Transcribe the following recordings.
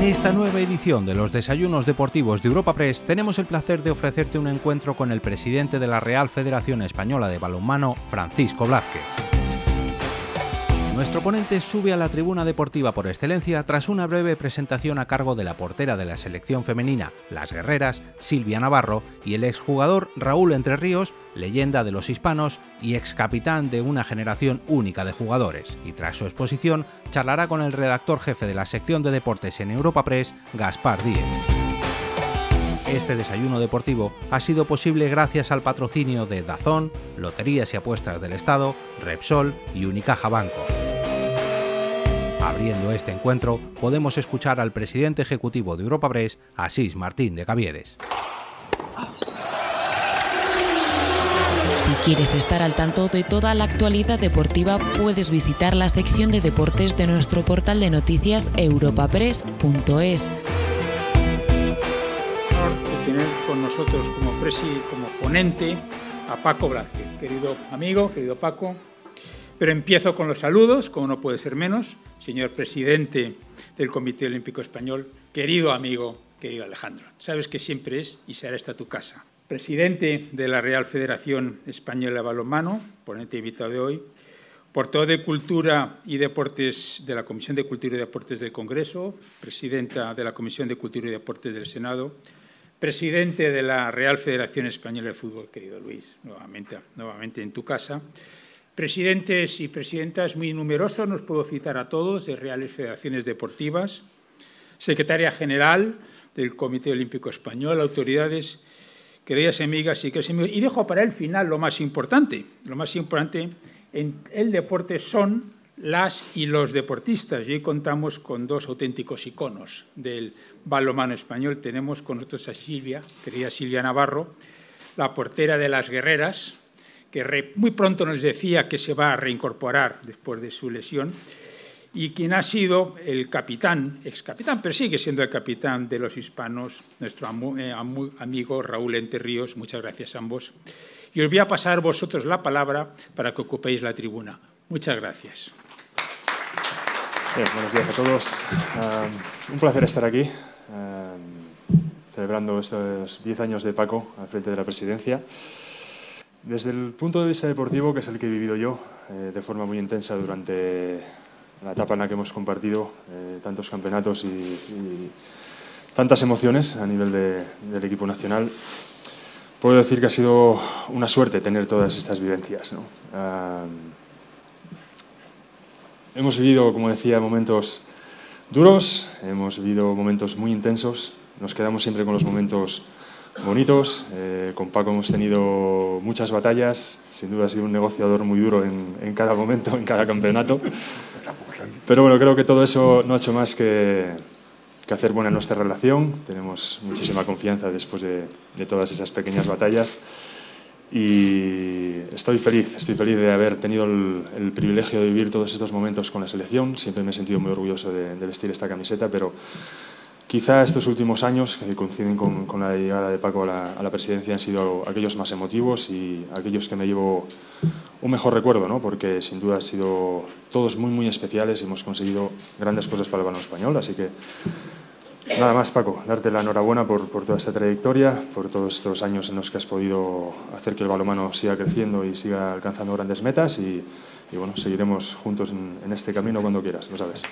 esta nueva edición de los desayunos deportivos de Europa Press tenemos el placer de ofrecerte un encuentro con el presidente de la Real Federación Española de Balonmano, Francisco Blázquez. Nuestro ponente sube a la tribuna deportiva por excelencia tras una breve presentación a cargo de la portera de la selección femenina, las guerreras, Silvia Navarro, y el exjugador Raúl Entre Ríos, leyenda de los hispanos y excapitán de una generación única de jugadores. Y tras su exposición, charlará con el redactor jefe de la sección de deportes en Europa Press, Gaspar Díez. Este desayuno deportivo ha sido posible gracias al patrocinio de DAZN, Loterías y Apuestas del Estado, Repsol y Unicaja Banco. Abriendo este encuentro, podemos escuchar al presidente ejecutivo de Europa Press, Asís Martín de Caviedes. Si quieres estar al tanto de toda la actualidad deportiva, puedes visitar la sección de deportes de nuestro portal de noticias europapress.es. De tener con nosotros como ponente a Paco Blázquez. Querido amigo, querido Paco, pero empiezo con los saludos, como no puede ser menos. Señor presidente del Comité Olímpico Español, querido amigo, querido Alejandro, sabes que siempre es y será esta tu casa. Presidente de la Real Federación Española de Balonmano, ponente invitado de hoy, portavoz de Cultura y Deportes de la Comisión de Cultura y Deportes del Congreso, presidenta de la Comisión de Cultura y Deportes del Senado, presidente de la Real Federación Española de Fútbol, querido Luis, nuevamente en tu casa. Presidentes y presidentas muy numerosos, nos puedo citar a todos, de reales federaciones deportivas, secretaria general del Comité Olímpico Español, autoridades, queridas amigas y queridos amigos. Y dejo para el final lo más importante. Lo más importante en el deporte son las y los deportistas. Y hoy contamos con dos auténticos iconos del balonmano español. Tenemos con nosotros a Silvia, querida Silvia Navarro, la portera de las guerreras, que muy pronto nos decía que se va a reincorporar después de su lesión, y quien ha sido el capitán, excapitán, pero sigue siendo el capitán de los hispanos, nuestro amigo Raúl Entre Ríos. Muchas gracias a ambos. Y os voy a pasar vosotros la palabra para que ocupéis la tribuna. Muchas gracias. Bien, buenos días a todos. Un placer estar aquí, celebrando estos 10 años de Paco al frente de la presidencia. Desde el punto de vista deportivo, que es el que he vivido yo de forma muy intensa durante la etapa en la que hemos compartido tantos campeonatos y tantas emociones a nivel del equipo nacional, puedo decir que ha sido una suerte tener todas estas vivencias, ¿no? Hemos vivido, como decía, momentos duros, hemos vivido momentos muy intensos, nos quedamos siempre con los momentos bonitos. Con Paco hemos tenido muchas batallas, sin duda ha sido un negociador muy duro en cada momento, en cada campeonato, pero bueno, creo que todo eso no ha hecho más que hacer buena nuestra relación. Tenemos muchísima confianza después de todas esas pequeñas batallas y estoy feliz de haber tenido el privilegio de vivir todos estos momentos con la selección. Siempre me he sentido muy orgulloso de vestir esta camiseta, pero quizá estos últimos años, que coinciden con la llegada de Paco a la presidencia, han sido aquellos más emotivos y aquellos que me llevo un mejor recuerdo, ¿no? Porque sin duda han sido todos muy, muy especiales y hemos conseguido grandes cosas para el balonmano español. Así que nada más, Paco, darte la enhorabuena por toda esta trayectoria, por todos estos años en los que has podido hacer que el balonmano siga creciendo y siga alcanzando grandes metas y bueno, seguiremos juntos en este camino cuando quieras, lo sabes.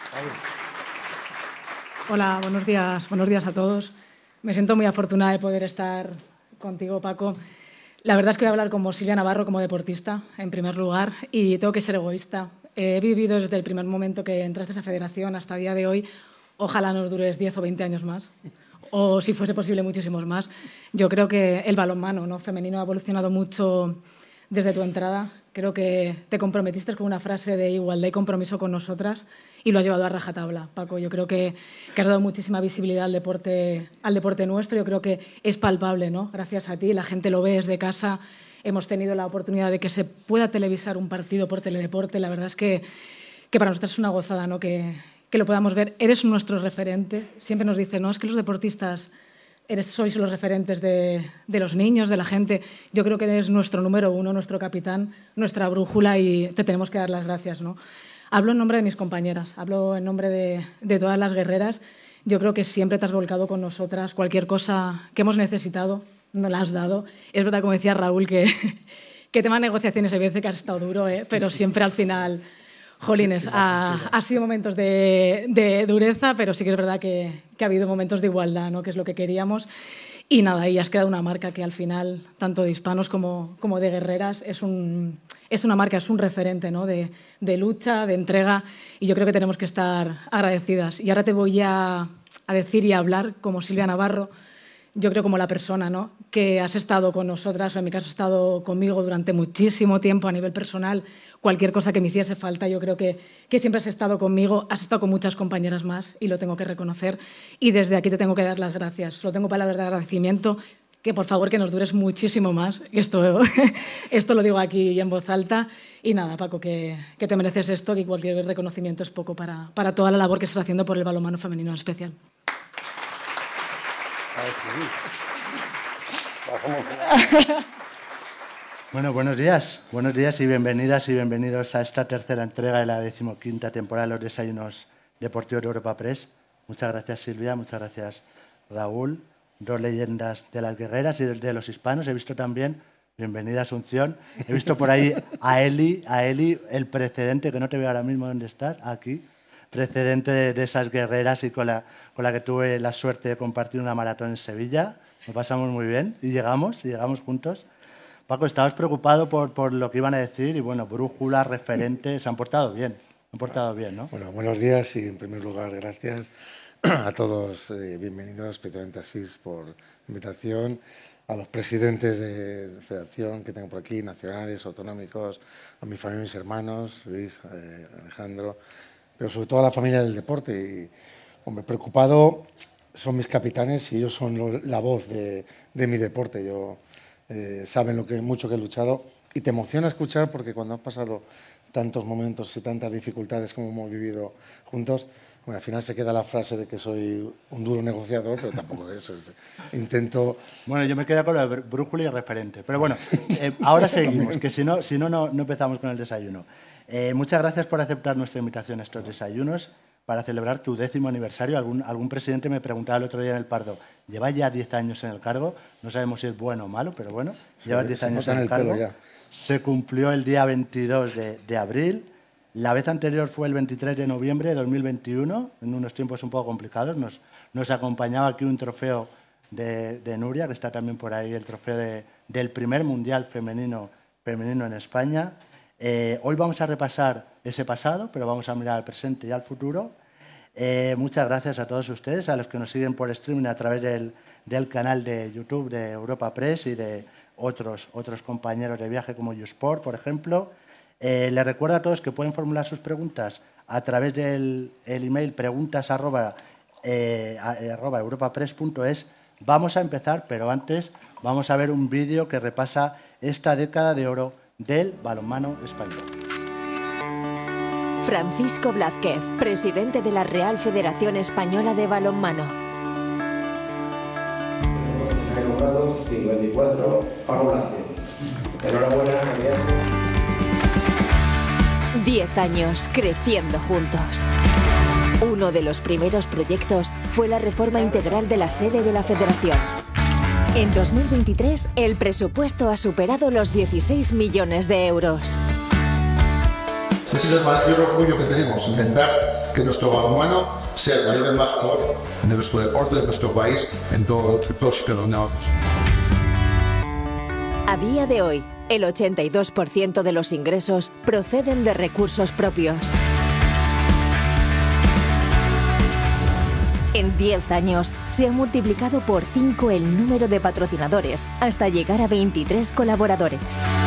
Hola, buenos días a todos. Me siento muy afortunada de poder estar contigo, Paco. La verdad es que voy a hablar como Silvia Navarro, como deportista, en primer lugar, y tengo que ser egoísta. He vivido desde el primer momento que entraste a esa federación hasta el día de hoy. Ojalá nos dures 10 o 20 años más, o si fuese posible muchísimos más. Yo creo que el balonmano, ¿no?, femenino ha evolucionado mucho desde tu entrada. Creo que te comprometiste con una frase de igualdad y compromiso con nosotras y lo has llevado a rajatabla, Paco. Yo creo que has dado muchísima visibilidad al deporte nuestro. Yo creo que es palpable, ¿no? Gracias a ti, la gente lo ve desde casa. Hemos tenido la oportunidad de que se pueda televisar un partido por Teledeporte. La verdad es que para nosotros es una gozada, ¿no?, que lo podamos ver. Eres nuestro referente. Siempre nos dicen, no, es que los deportistas sois los referentes de los niños, de la gente. Yo creo que eres nuestro número uno, nuestro capitán, nuestra brújula y te tenemos que dar las gracias, ¿no? Hablo en nombre de mis compañeras, hablo en nombre de todas las guerreras. yo creo que siempre te has volcado con nosotras. Cualquier cosa que hemos necesitado, nos la has dado. Es verdad, como decía Raúl, que tema de negociaciones hay veces que has estado duro, pero siempre al final, jolines, ha sido momentos de dureza, pero sí que es verdad que ha habido momentos de igualdad, ¿no? Que es lo que queríamos. Y nada, y has creado una marca que al final, tanto de hispanos como de guerreras, es una marca, es un referente, ¿no? de lucha, de entrega, y yo creo que tenemos que estar agradecidas. Y ahora te voy a decir y a hablar como Silvia Navarro, yo creo como la persona, ¿no? Que has estado con nosotras, o en mi caso has estado conmigo durante muchísimo tiempo a nivel personal. Cualquier cosa que me hiciese falta, yo creo que siempre has estado conmigo, has estado con muchas compañeras más y lo tengo que reconocer. Y desde aquí te tengo que dar las gracias. Solo tengo palabras de agradecimiento, que por favor que nos dures muchísimo más. Esto lo digo aquí en voz alta. Y nada, Paco, que te mereces esto, que cualquier reconocimiento es poco para toda la labor que estás haciendo por el balonmano femenino en especial. Bueno, buenos días y bienvenidas y bienvenidos a esta tercera entrega de la 15ª temporada de los desayunos deportivos de Europa Press. Muchas gracias, Silvia, muchas gracias, Raúl, dos leyendas de las guerreras y de los hispanos. He visto también, bienvenida Asunción, he visto por ahí a Eli, el precedente, que no te veo ahora mismo dónde estás, aquí, precedente de esas guerreras y con la que tuve la suerte de compartir una maratón en Sevilla. Lo pasamos muy bien y llegamos juntos. Paco, estabas preocupado por lo que iban a decir y, bueno, brújula, referente, se han portado bien, ¿no? Bueno, buenos días y, en primer lugar, gracias a todos. Bienvenidos, especialmente a SIS por la invitación, a los presidentes de federación que tengo por aquí, nacionales, autonómicos, a mi familia, mis hermanos, Luis, Alejandro, pero sobre todo a la familia del deporte. Y, hombre, preocupado son mis capitanes y ellos son la voz de mi deporte. Saben mucho que he luchado y te emociona escuchar, porque cuando has pasado tantos momentos y tantas dificultades como hemos vivido juntos, bueno, al final se queda la frase de que soy un duro negociador, pero tampoco eso. Intento... Bueno, yo me quedé con la brújula y referente. Pero bueno, ahora seguimos, que si no empezamos con el desayuno. Muchas gracias por aceptar nuestra invitación a estos desayunos para celebrar tu 10º aniversario. Algún presidente me preguntaba el otro día en el Pardo, ¿llevas ya 10 años en el cargo? No sabemos si es bueno o malo, pero bueno, llevas 10 años en el cargo. Se cumplió el día 22 de abril. La vez anterior fue el 23 de noviembre de 2021, en unos tiempos un poco complicados. Nos acompañaba aquí un trofeo de Nuria, que está también por ahí, el trofeo del primer Mundial femenino en España. Hoy vamos a repasar ese pasado, pero vamos a mirar al presente y al futuro. Muchas gracias a todos ustedes, a los que nos siguen por streaming a través del canal de YouTube de Europa Press y de otros compañeros de viaje como YouSport, por ejemplo. Les recuerdo a todos que pueden formular sus preguntas a través del email preguntas@europapress.es. Vamos a empezar, pero antes vamos a ver un vídeo que repasa esta década de oro del balonmano español. Francisco Blázquez, presidente de la Real Federación Española de Balonmano. Nombrados 54, Paco Blázquez. Enhorabuena, Javier. 10 años creciendo juntos. Uno de los primeros proyectos fue la reforma integral de la sede de la Federación. En 2023, el presupuesto ha superado los 16 millones de euros. Ese es el mayor orgullo que tenemos, intentar que nuestro balonmano sea el mayor embajador de nuestro deporte, de nuestro país, en todos y cada uno de nosotros. A día de hoy, el 82% de los ingresos proceden de recursos propios. En 10 años se ha multiplicado por 5 el número de patrocinadores hasta llegar a 23 colaboradores.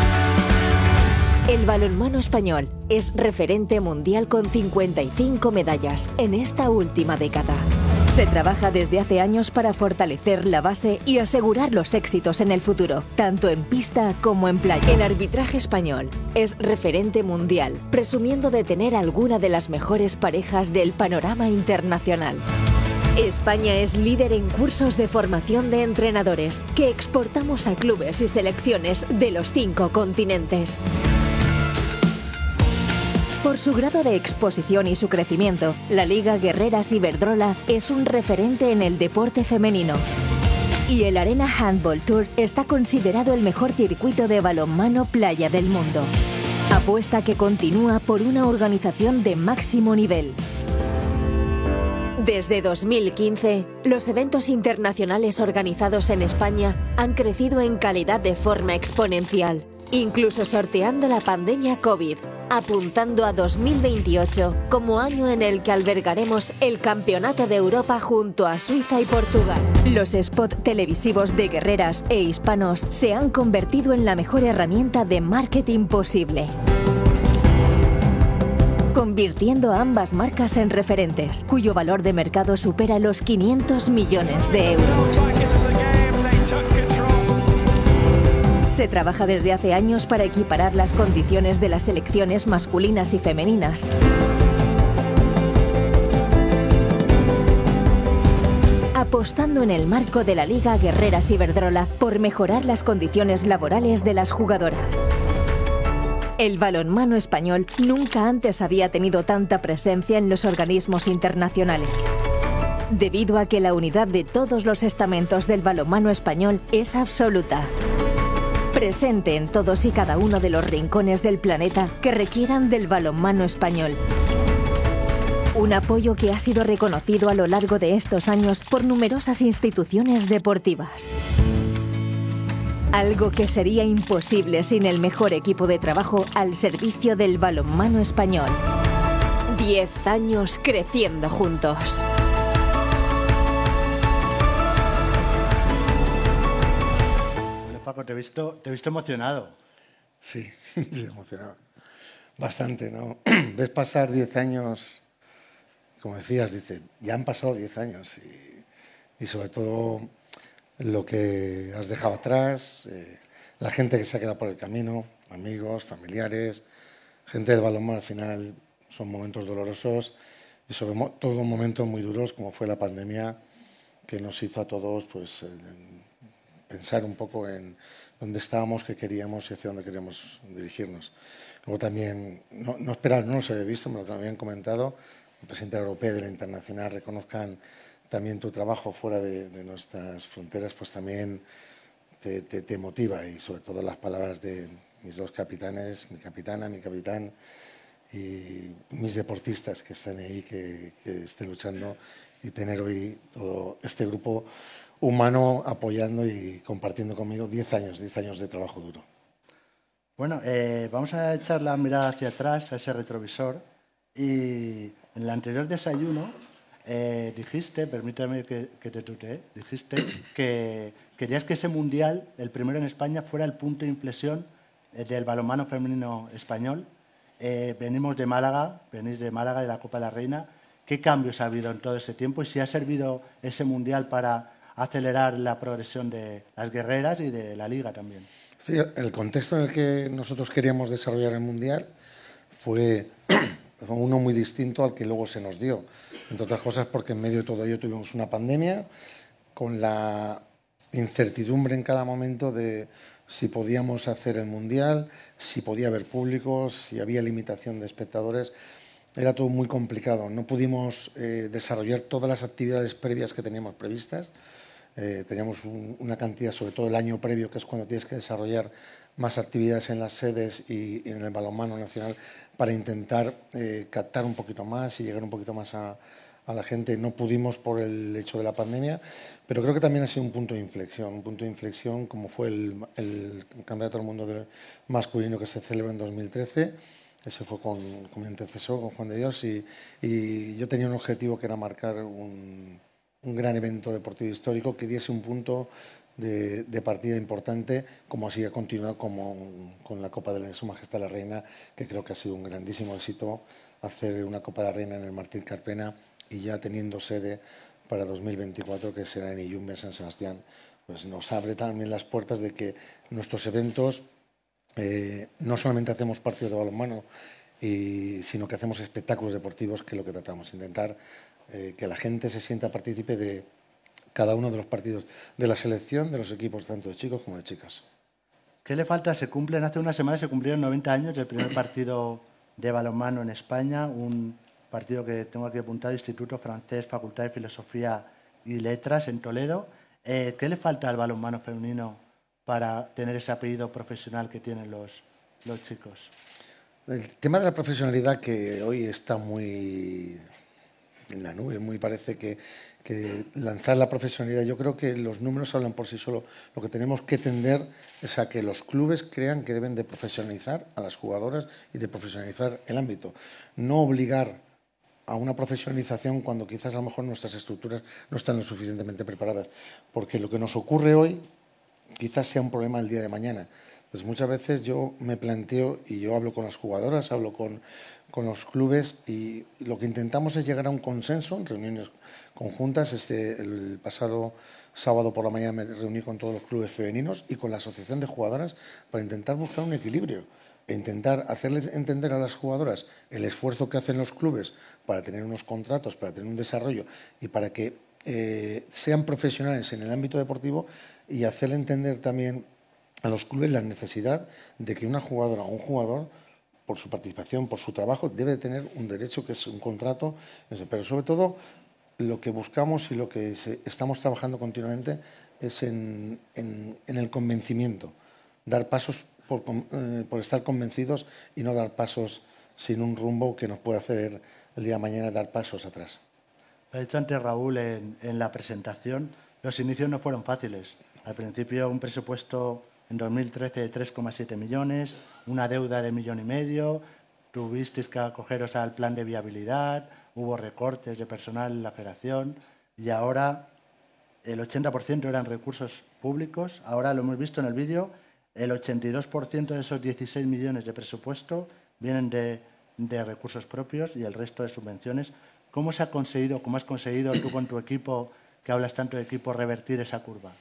El balonmano español es referente mundial con 55 medallas en esta última década. Se trabaja desde hace años para fortalecer la base y asegurar los éxitos en el futuro, tanto en pista como en playa. El arbitraje español es referente mundial, presumiendo de tener alguna de las mejores parejas del panorama internacional. España es líder en cursos de formación de entrenadores que exportamos a clubes y selecciones de los 5 continentes. Por su grado de exposición y su crecimiento, la Liga Guerreras Iberdrola es un referente en el deporte femenino. Y el Arena Handball Tour está considerado el mejor circuito de balonmano playa del mundo. Apuesta que continúa por una organización de máximo nivel. Desde 2015, los eventos internacionales organizados en España han crecido en calidad de forma exponencial, incluso sorteando la pandemia COVID, apuntando a 2028 como año en el que albergaremos el Campeonato de Europa junto a Suiza y Portugal. Los spots televisivos de guerreras e hispanos se han convertido en la mejor herramienta de marketing posible, convirtiendo a ambas marcas en referentes, cuyo valor de mercado supera los 500 millones de euros. Se trabaja desde hace años para equiparar las condiciones de las selecciones masculinas y femeninas. Apostando en el marco de la Liga Guerreras Iberdrola por mejorar las condiciones laborales de las jugadoras. El balonmano español nunca antes había tenido tanta presencia en los organismos internacionales, debido a que la unidad de todos los estamentos del balonmano español es absoluta. Presente en todos y cada uno de los rincones del planeta que requieran del balonmano español. Un apoyo que ha sido reconocido a lo largo de estos años por numerosas instituciones deportivas. Algo que sería imposible sin el mejor equipo de trabajo al servicio del balonmano español. 10 años creciendo juntos. Bueno, Paco, te he visto emocionado. Sí, emocionado. Bastante, ¿no? Ves pasar 10 años, como decías, dice, ya han pasado 10 años y sobre todo lo que has dejado atrás, la gente que se ha quedado por el camino, amigos, familiares, gente del balonmano. Al final son momentos dolorosos y sobre todo momentos muy duros como fue la pandemia, que nos hizo a todos pues, pensar un poco en dónde estábamos, qué queríamos y hacia dónde queríamos dirigirnos. Luego también, no esperar, no los había visto, me lo habían comentado, el presidente europeo de la internacional reconozcan también tu trabajo fuera de nuestras fronteras, pues también te motiva, y sobre todo las palabras de mis dos capitanes, mi capitana, mi capitán y mis deportistas que están ahí, que estén luchando, y tener hoy todo este grupo humano apoyando y compartiendo conmigo 10 años de trabajo duro. Bueno, vamos a echar la mirada hacia atrás, a ese retrovisor, y en el anterior desayuno dijiste, permítame que te tutee, dijiste que querías que ese mundial, el primero en España, fuera el punto de inflexión del balonmano femenino español. Venís de Málaga, de la Copa de la Reina. ¿Qué cambios ha habido en todo ese tiempo y si ha servido ese mundial para acelerar la progresión de las guerreras y de la Liga también? Sí, el contexto en el que nosotros queríamos desarrollar el mundial fue uno muy distinto al que luego se nos dio. Entre otras cosas porque en medio de todo ello tuvimos una pandemia con la incertidumbre en cada momento de si podíamos hacer el mundial, si podía haber público, si había limitación de espectadores. Era todo muy complicado. No pudimos desarrollar todas las actividades previas que teníamos previstas. Teníamos una cantidad, sobre todo el año previo, que es cuando tienes que desarrollar más actividades en las sedes y en el balonmano nacional para intentar captar un poquito más y llegar un poquito más a la gente. No pudimos por el hecho de la pandemia, pero creo que también ha sido un punto de inflexión, como fue el Campeonato del Mundo masculino que se celebró en 2013. Ese fue con mi antecesor, con Juan de Dios, y yo tenía un objetivo que era marcar un gran evento deportivo histórico que diese un punto de partida importante, como así ha continuado con la Copa de Su Majestad la Reina, que creo que ha sido un grandísimo éxito hacer una Copa de la Reina en el Martín Carpena, y ya teniendo sede para 2024, que será en Iyumbe, en San Sebastián, pues nos abre también las puertas de que nuestros eventos no solamente hacemos partidos de balonmano, sino que hacemos espectáculos deportivos, que es lo que tratamos, intentar que la gente se sienta partícipe de cada uno de los partidos de la selección, de los equipos tanto de chicos como de chicas. ¿Qué le falta? Hace unas semanas se cumplieron 90 años del primer partido de balonmano en España, un partido que tengo aquí apuntado, Instituto Francés, Facultad de Filosofía y Letras en Toledo. ¿Qué le falta al balonmano femenino para tener ese apellido profesional que tienen los chicos? El tema de la profesionalidad, que hoy está muy en la nube, parece que lanzar la profesionalidad, yo creo que los números hablan por sí solos. Lo que tenemos que tender es a que los clubes crean que deben de profesionalizar a las jugadoras y de profesionalizar el ámbito. No obligar a una profesionalización cuando quizás a lo mejor nuestras estructuras no están lo suficientemente preparadas, porque lo que nos ocurre hoy quizás sea un problema el día de mañana. Pues muchas veces yo me planteo, y yo hablo con las jugadoras, hablo con los clubes, y lo que intentamos es llegar a un consenso en reuniones conjuntas. El pasado sábado por la mañana me reuní con todos los clubes femeninos y con la asociación de jugadoras para intentar buscar un equilibrio e intentar hacerles entender a las jugadoras el esfuerzo que hacen los clubes para tener unos contratos, para tener un desarrollo y para que sean profesionales en el ámbito deportivo, y hacerle entender también a los clubes la necesidad de que una jugadora o un jugador, por su participación, por su trabajo, debe tener un derecho que es un contrato. Pero sobre todo lo que buscamos y lo que estamos trabajando continuamente es en el convencimiento, dar pasos por estar convencidos y no dar pasos sin un rumbo que nos pueda hacer el día de mañana dar pasos atrás. Lo ha dicho antes Raúl en la presentación, los inicios no fueron fáciles. Al principio un presupuesto en 2013 de 3,7 millones, una deuda de 1,5 millones, tuvisteis que acogeros al plan de viabilidad, hubo recortes de personal en la federación y ahora el 80% eran recursos públicos. Ahora lo hemos visto en el vídeo, el 82% de esos 16 millones de presupuesto vienen de recursos propios y el resto de subvenciones. ¿Cómo se ha conseguido, cómo has conseguido tú con tu equipo, que hablas tanto de equipo, revertir esa curva?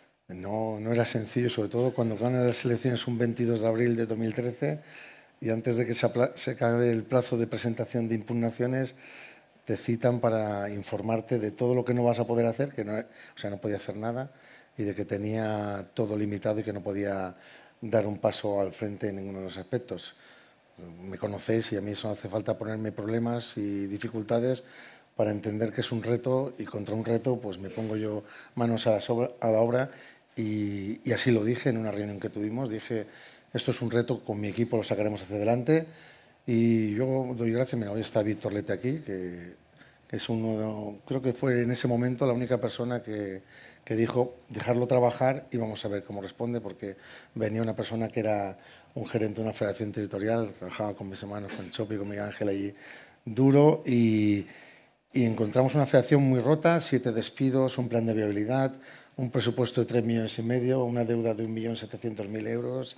No era sencillo, sobre todo cuando ganan las elecciones un 22 de abril de 2013 y antes de que se acabe el plazo de presentación de impugnaciones te citan para informarte de todo lo que no vas a poder hacer, no podía hacer nada, y de que tenía todo limitado y que no podía dar un paso al frente en ninguno de los aspectos. Me conocéis y a mí eso no hace falta ponerme problemas y dificultades para entender que es un reto, y contra un reto pues me pongo yo manos a la obra, y así lo dije en una reunión que tuvimos. Dije, esto es un reto, con mi equipo lo sacaremos hacia adelante, y yo doy gracias. Mira, hoy está Víctor Lete aquí, que es creo que fue en ese momento la única persona que dijo dejarlo trabajar y vamos a ver cómo responde, porque venía una persona que era un gerente de una federación territorial, trabajaba con mis hermanos, con Chopi, con Miguel Ángel allí duro, y encontramos una federación muy rota, 7 despidos, un plan de viabilidad, un presupuesto de 3,5 millones, una deuda de 1.700.000 euros,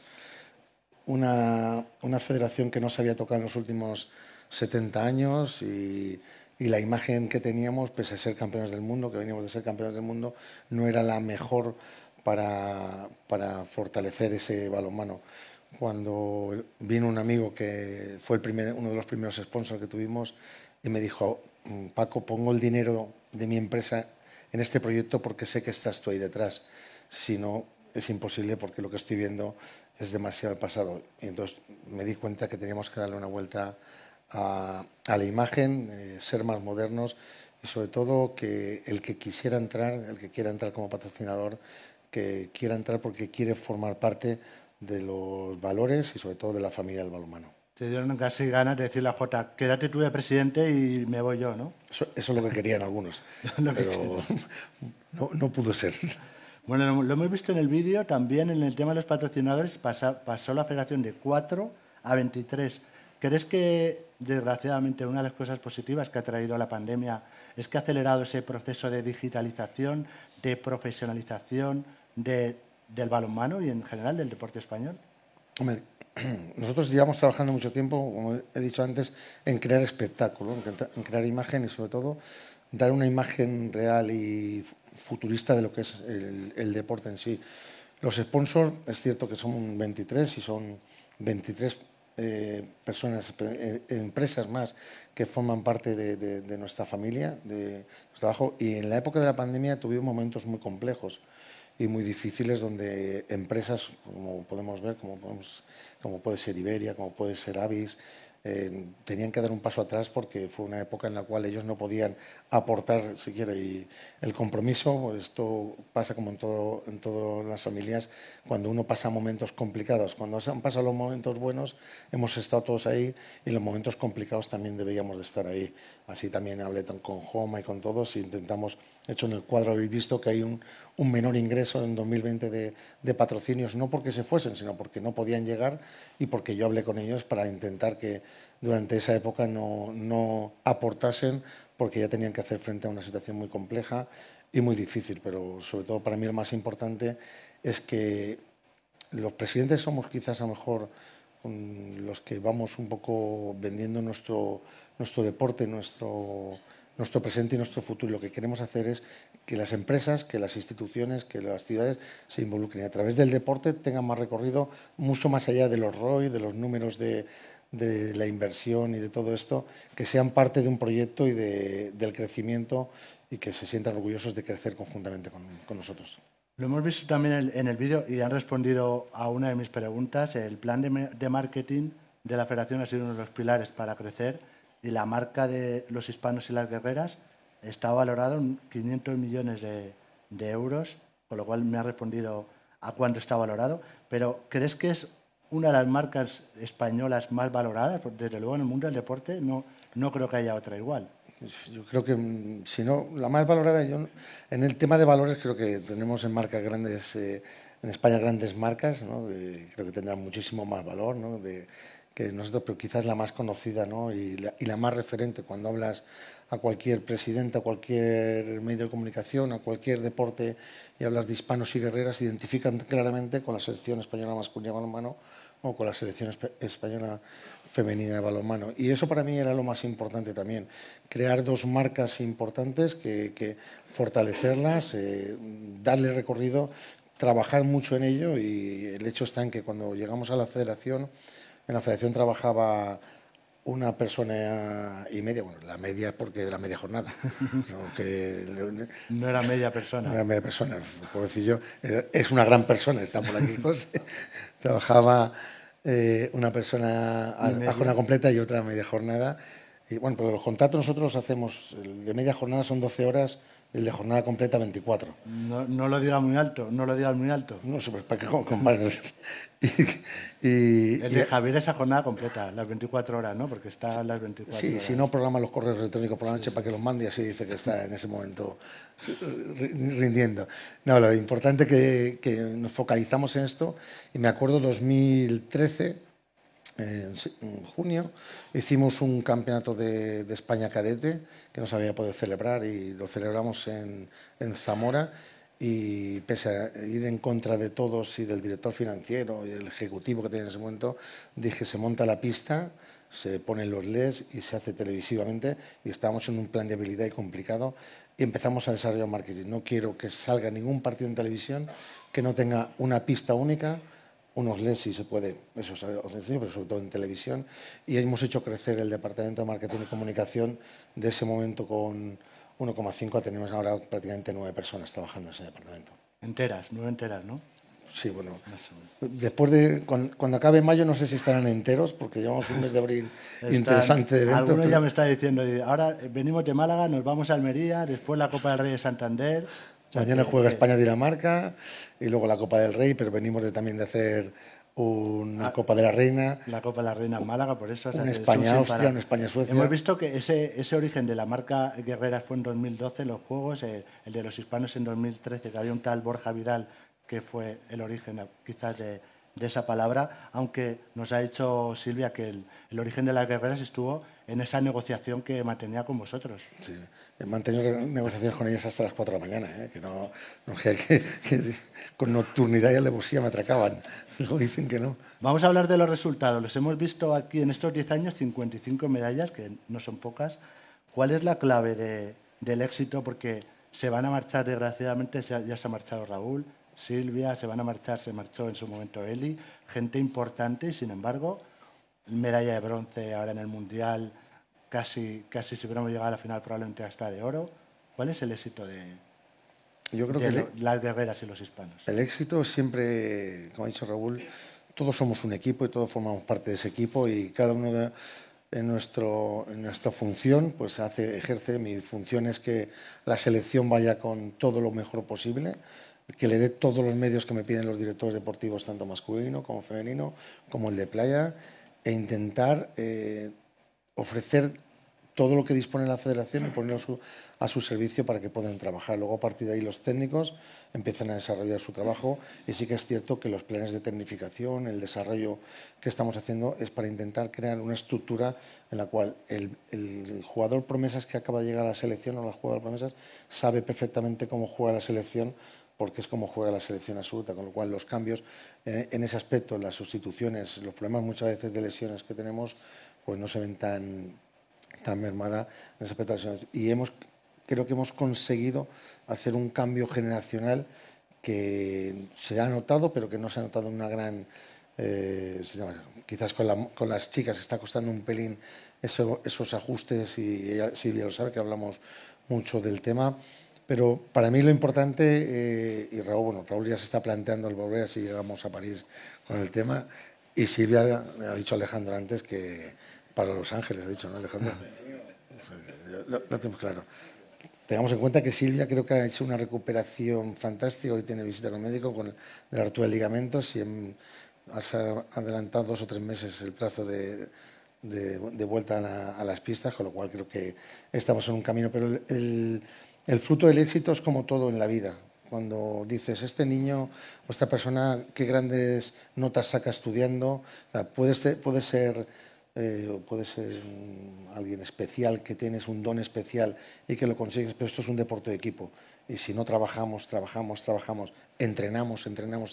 una federación que no se había tocado en los últimos 70 años y la imagen que teníamos, pese a ser campeones del mundo, que veníamos de ser campeones del mundo, no era la mejor para fortalecer ese balonmano. Cuando vino un amigo que fue uno de los primeros sponsors que tuvimos y me dijo, Paco, pongo el dinero de mi empresa en este proyecto porque sé que estás tú ahí detrás. Si no, es imposible porque lo que estoy viendo es demasiado pasado. Y entonces me di cuenta que teníamos que darle una vuelta a la imagen, ser más modernos, y sobre todo que el que quiera entrar como patrocinador, que quiera entrar porque quiere formar parte de los valores y sobre todo de la familia del balonmano. Te dieron casi ganas de decirle a Jota, quédate tú de presidente y me voy yo, ¿no? Eso es lo que querían algunos, pero no pudo ser. Bueno, lo hemos visto en el vídeo, también en el tema de los patrocinadores pasó la federación de 4 a 23. ¿Crees que, desgraciadamente, una de las cosas positivas que ha traído la pandemia es que ha acelerado ese proceso de digitalización, de profesionalización del balonmano y en general del deporte español? Hombre, nosotros llevamos trabajando mucho tiempo, como he dicho antes, en crear espectáculo, en crear imagen y sobre todo dar una imagen real y futurista de lo que es el deporte en sí. Los sponsors, es cierto que son 23 y son 23 personas, empresas más que forman parte de nuestra familia, de nuestro trabajo, y en la época de la pandemia tuvimos momentos muy complejos y muy difíciles donde empresas, como podemos ver, como puede ser Iberia, como puede ser Avis, tenían que dar un paso atrás porque fue una época en la cual ellos no podían aportar siquiera, y el compromiso, esto pasa como en todas las familias, cuando uno pasa momentos complicados, cuando se han pasado los momentos buenos hemos estado todos ahí, y en los momentos complicados también deberíamos de estar ahí. Así también hablé con Joma y con todos, e intentamos, de hecho en el cuadro habéis visto que hay un menor ingreso en 2020 de patrocinios, no porque se fuesen, sino porque no podían llegar, y porque yo hablé con ellos para intentar que durante esa época no aportasen, porque ya tenían que hacer frente a una situación muy compleja y muy difícil. Pero sobre todo para mí lo más importante es que los presidentes somos quizás a lo mejor los que vamos un poco vendiendo nuestro deporte, nuestro presente y nuestro futuro. Lo que queremos hacer es que las empresas, que las instituciones, que las ciudades se involucren y a través del deporte tengan más recorrido, mucho más allá de los ROI, de los números de la inversión y de todo esto, que sean parte de un proyecto y del crecimiento, y que se sientan orgullosos de crecer conjuntamente con nosotros. Lo hemos visto también en el vídeo y han respondido a una de mis preguntas. El plan de marketing de la Federación ha sido uno de los pilares para crecer, y la marca de los hispanos y las guerreras está valorado en 500 millones de euros, con lo cual me ha respondido a cuánto está valorado. Pero ¿crees que es una de las marcas españolas más valoradas? Desde luego en el mundo del deporte no creo que haya otra igual. Yo creo que, si no, la más valorada, en el tema de valores creo que tenemos en marcas grandes, en España grandes marcas, ¿no? Creo que tendrán muchísimo más valor, ¿no? Que nosotros, pero quizás la más conocida, ¿no? y la más referente. Cuando hablas a cualquier presidente, a cualquier medio de comunicación, a cualquier deporte, y hablas de hispanos y guerreras, se identifican claramente con la selección española masculina de balonmano o con la selección española femenina de balonmano. Y eso para mí era lo más importante también, crear dos marcas importantes, que fortalecerlas, darle recorrido, trabajar mucho en ello. Y el hecho está en que cuando llegamos a la federación, en la federación trabajaba una persona y media, bueno, la media porque era media jornada. No era media persona. No era media persona, por decir yo, es una gran persona, está por aquí José. Trabajaba una persona a jornada completa y otra a media jornada. Y bueno, pero los contratos nosotros los hacemos, el de media jornada son 12 horas, el de jornada completa 24. No lo digas muy alto, no lo digas muy alto. No sé, pues para qué compares. El de Javier esa jornada completa, las 24 horas, ¿no? Porque está a las 24 sí, horas. Si no programa los correos electrónicos por la noche para que los mande, y así dice que está en ese momento rindiendo. No, lo importante es que nos focalizamos en esto. Y me acuerdo 2013, en junio, hicimos un campeonato de España cadete que no se había podido celebrar, y lo celebramos en Zamora. Y pese a ir en contra de todos y del director financiero y del ejecutivo que tenía en ese momento, dije, se monta la pista, se ponen los LEDs y se hace televisivamente, y estábamos en un plan de habilidad y complicado, y empezamos a desarrollar marketing. No quiero que salga ningún partido en televisión que no tenga una pista única, unos LEDs si se puede, eso es sencillo, pero sobre todo en televisión. Y hemos hecho crecer el departamento de marketing y comunicación de ese momento con 1,5, tenemos ahora prácticamente 9 personas trabajando en ese departamento. Enteras, 9 enteras, ¿no? Sí, bueno. Después de, cuando acabe mayo, no sé si estarán enteros, porque llevamos un mes de abril interesante de eventos. Alguno ya me está diciendo, ahora venimos de Málaga, nos vamos a Almería, después la Copa del Rey de Santander. Mañana juega España-Dinamarca y luego la Copa del Rey, pero venimos también de hacer una Copa de la Reina. La Copa de la Reina en Málaga, por eso. Un España-Austria, un España-Suecia. Hemos visto que ese origen de la marca Guerreras fue en 2012 los Juegos, el de los hispanos en 2013, que había un tal Borja Vidal que fue el origen quizás de esa palabra, aunque nos ha dicho Silvia que el origen de las guerreras estuvo en esa negociación que mantenía con vosotros. Sí, he mantenido negociaciones con ellas hasta las 4 de la mañana, que con nocturnidad y alevosía me atracaban. Luego dicen que no. Vamos a hablar de los resultados. Los hemos visto aquí en estos 10 años, 55 medallas, que no son pocas. ¿Cuál es la clave del éxito? Porque se van a marchar, desgraciadamente, ya se ha marchado Raúl, Silvia, se marchó en su momento Eli, gente importante, y sin embargo, medalla de bronce ahora en el Mundial, casi si hubiéramos llegado a la final probablemente hasta de oro. ¿Cuál es el éxito de las guerreras y los hispanos? El éxito siempre, como ha dicho Raúl, todos somos un equipo y todos formamos parte de ese equipo, y cada uno en nuestra función, pues ejerce. Mi función es que la selección vaya con todo lo mejor posible, que le dé todos los medios que me piden los directores deportivos, tanto masculino como femenino, como el de playa, e intentar ofrecer todo lo que dispone la federación y ponerlo a su servicio para que puedan trabajar. Luego, a partir de ahí, los técnicos empiezan a desarrollar su trabajo, y sí que es cierto que los planes de tecnificación, el desarrollo que estamos haciendo, es para intentar crear una estructura en la cual el jugador promesas que acaba de llegar a la selección, o la jugadora promesas, sabe perfectamente cómo juega la selección, porque es como juega la selección absoluta, con lo cual los cambios en ese aspecto, las sustituciones, los problemas muchas veces de lesiones que tenemos, pues no se ven tan mermada en ese aspecto. Y creo que hemos conseguido hacer un cambio generacional que se ha notado, pero que no se ha notado en una gran... quizás con las chicas está costando un pelín esos ajustes, y Silvia lo sabe, que hablamos mucho del tema. Pero para mí lo importante, y Raúl ya se está planteando el volver, si llegamos a París con el tema, y Silvia, me ha dicho Alejandro antes que para Los Ángeles, ha dicho, ¿no, Alejandro? Lo tenemos claro. Tengamos en cuenta que Silvia creo que ha hecho una recuperación fantástica. Hoy tiene visita con el médico con la rotura de ligamentos, y has adelantado 2 o 3 meses el plazo de vuelta a las pistas, con lo cual creo que estamos en un camino. Pero el fruto del éxito es como todo en la vida. Cuando dices, este niño o esta persona, qué grandes notas saca estudiando, puede ser alguien especial, que tienes un don especial y que lo consigues, pero esto es un deporte de equipo. Y si no trabajamos, entrenamos,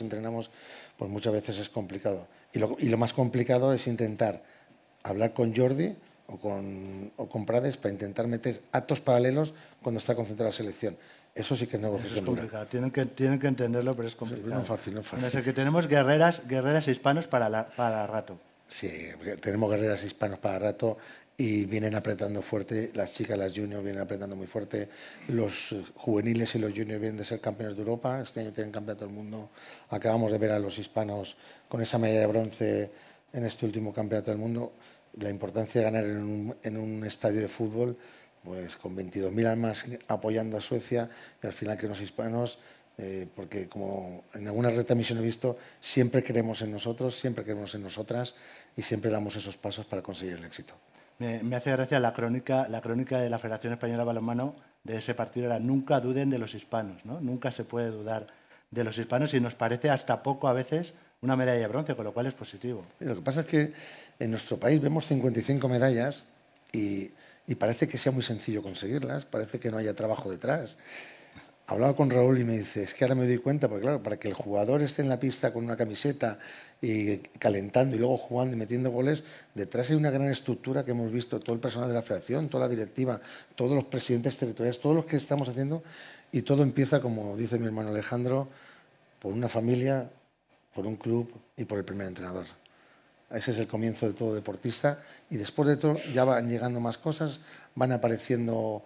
pues muchas veces es complicado. Y lo más complicado es intentar hablar con Jordi o con Prades para intentar meter actos paralelos cuando está concentrada la selección. Eso sí que es negociación dura. Tienen que entenderlo, pero es complicado. No es fácil. Es que tenemos guerreras hispanos para rato. Sí, tenemos guerreras hispanos para rato, y vienen apretando fuerte. Las chicas, las juniors, vienen apretando muy fuerte. Los juveniles y los juniors vienen de ser campeones de Europa. Este año tienen campeonato del mundo. Acabamos de ver a los hispanos con esa medalla de bronce en este último campeonato del mundo. La importancia de ganar en un estadio de fútbol, pues con 22.000 almas apoyando a Suecia, y al final que los hispanos, porque como en alguna retransmisión he visto, siempre creemos en nosotros, siempre creemos en nosotras, y siempre damos esos pasos para conseguir el éxito. Me hace gracia la crónica de la Federación Española de Balonmano de ese partido, era nunca duden de los hispanos, ¿no? Nunca se puede dudar de los hispanos, y nos parece hasta poco a veces una medalla de bronce, con lo cual es positivo. Lo que pasa es que en nuestro país vemos 55 medallas y parece que sea muy sencillo conseguirlas, parece que no haya trabajo detrás. Hablaba con Raúl y me dice, es que ahora me doy cuenta, porque claro, para que el jugador esté en la pista con una camiseta y calentando y luego jugando y metiendo goles, detrás hay una gran estructura que hemos visto, todo el personal de la federación, toda la directiva, todos los presidentes territoriales, todos los que estamos haciendo, y todo empieza, como dice mi hermano Alejandro, por una familia, por un club y por el primer entrenador. Ese es el comienzo de todo deportista, y después de todo ya van llegando más cosas, van apareciendo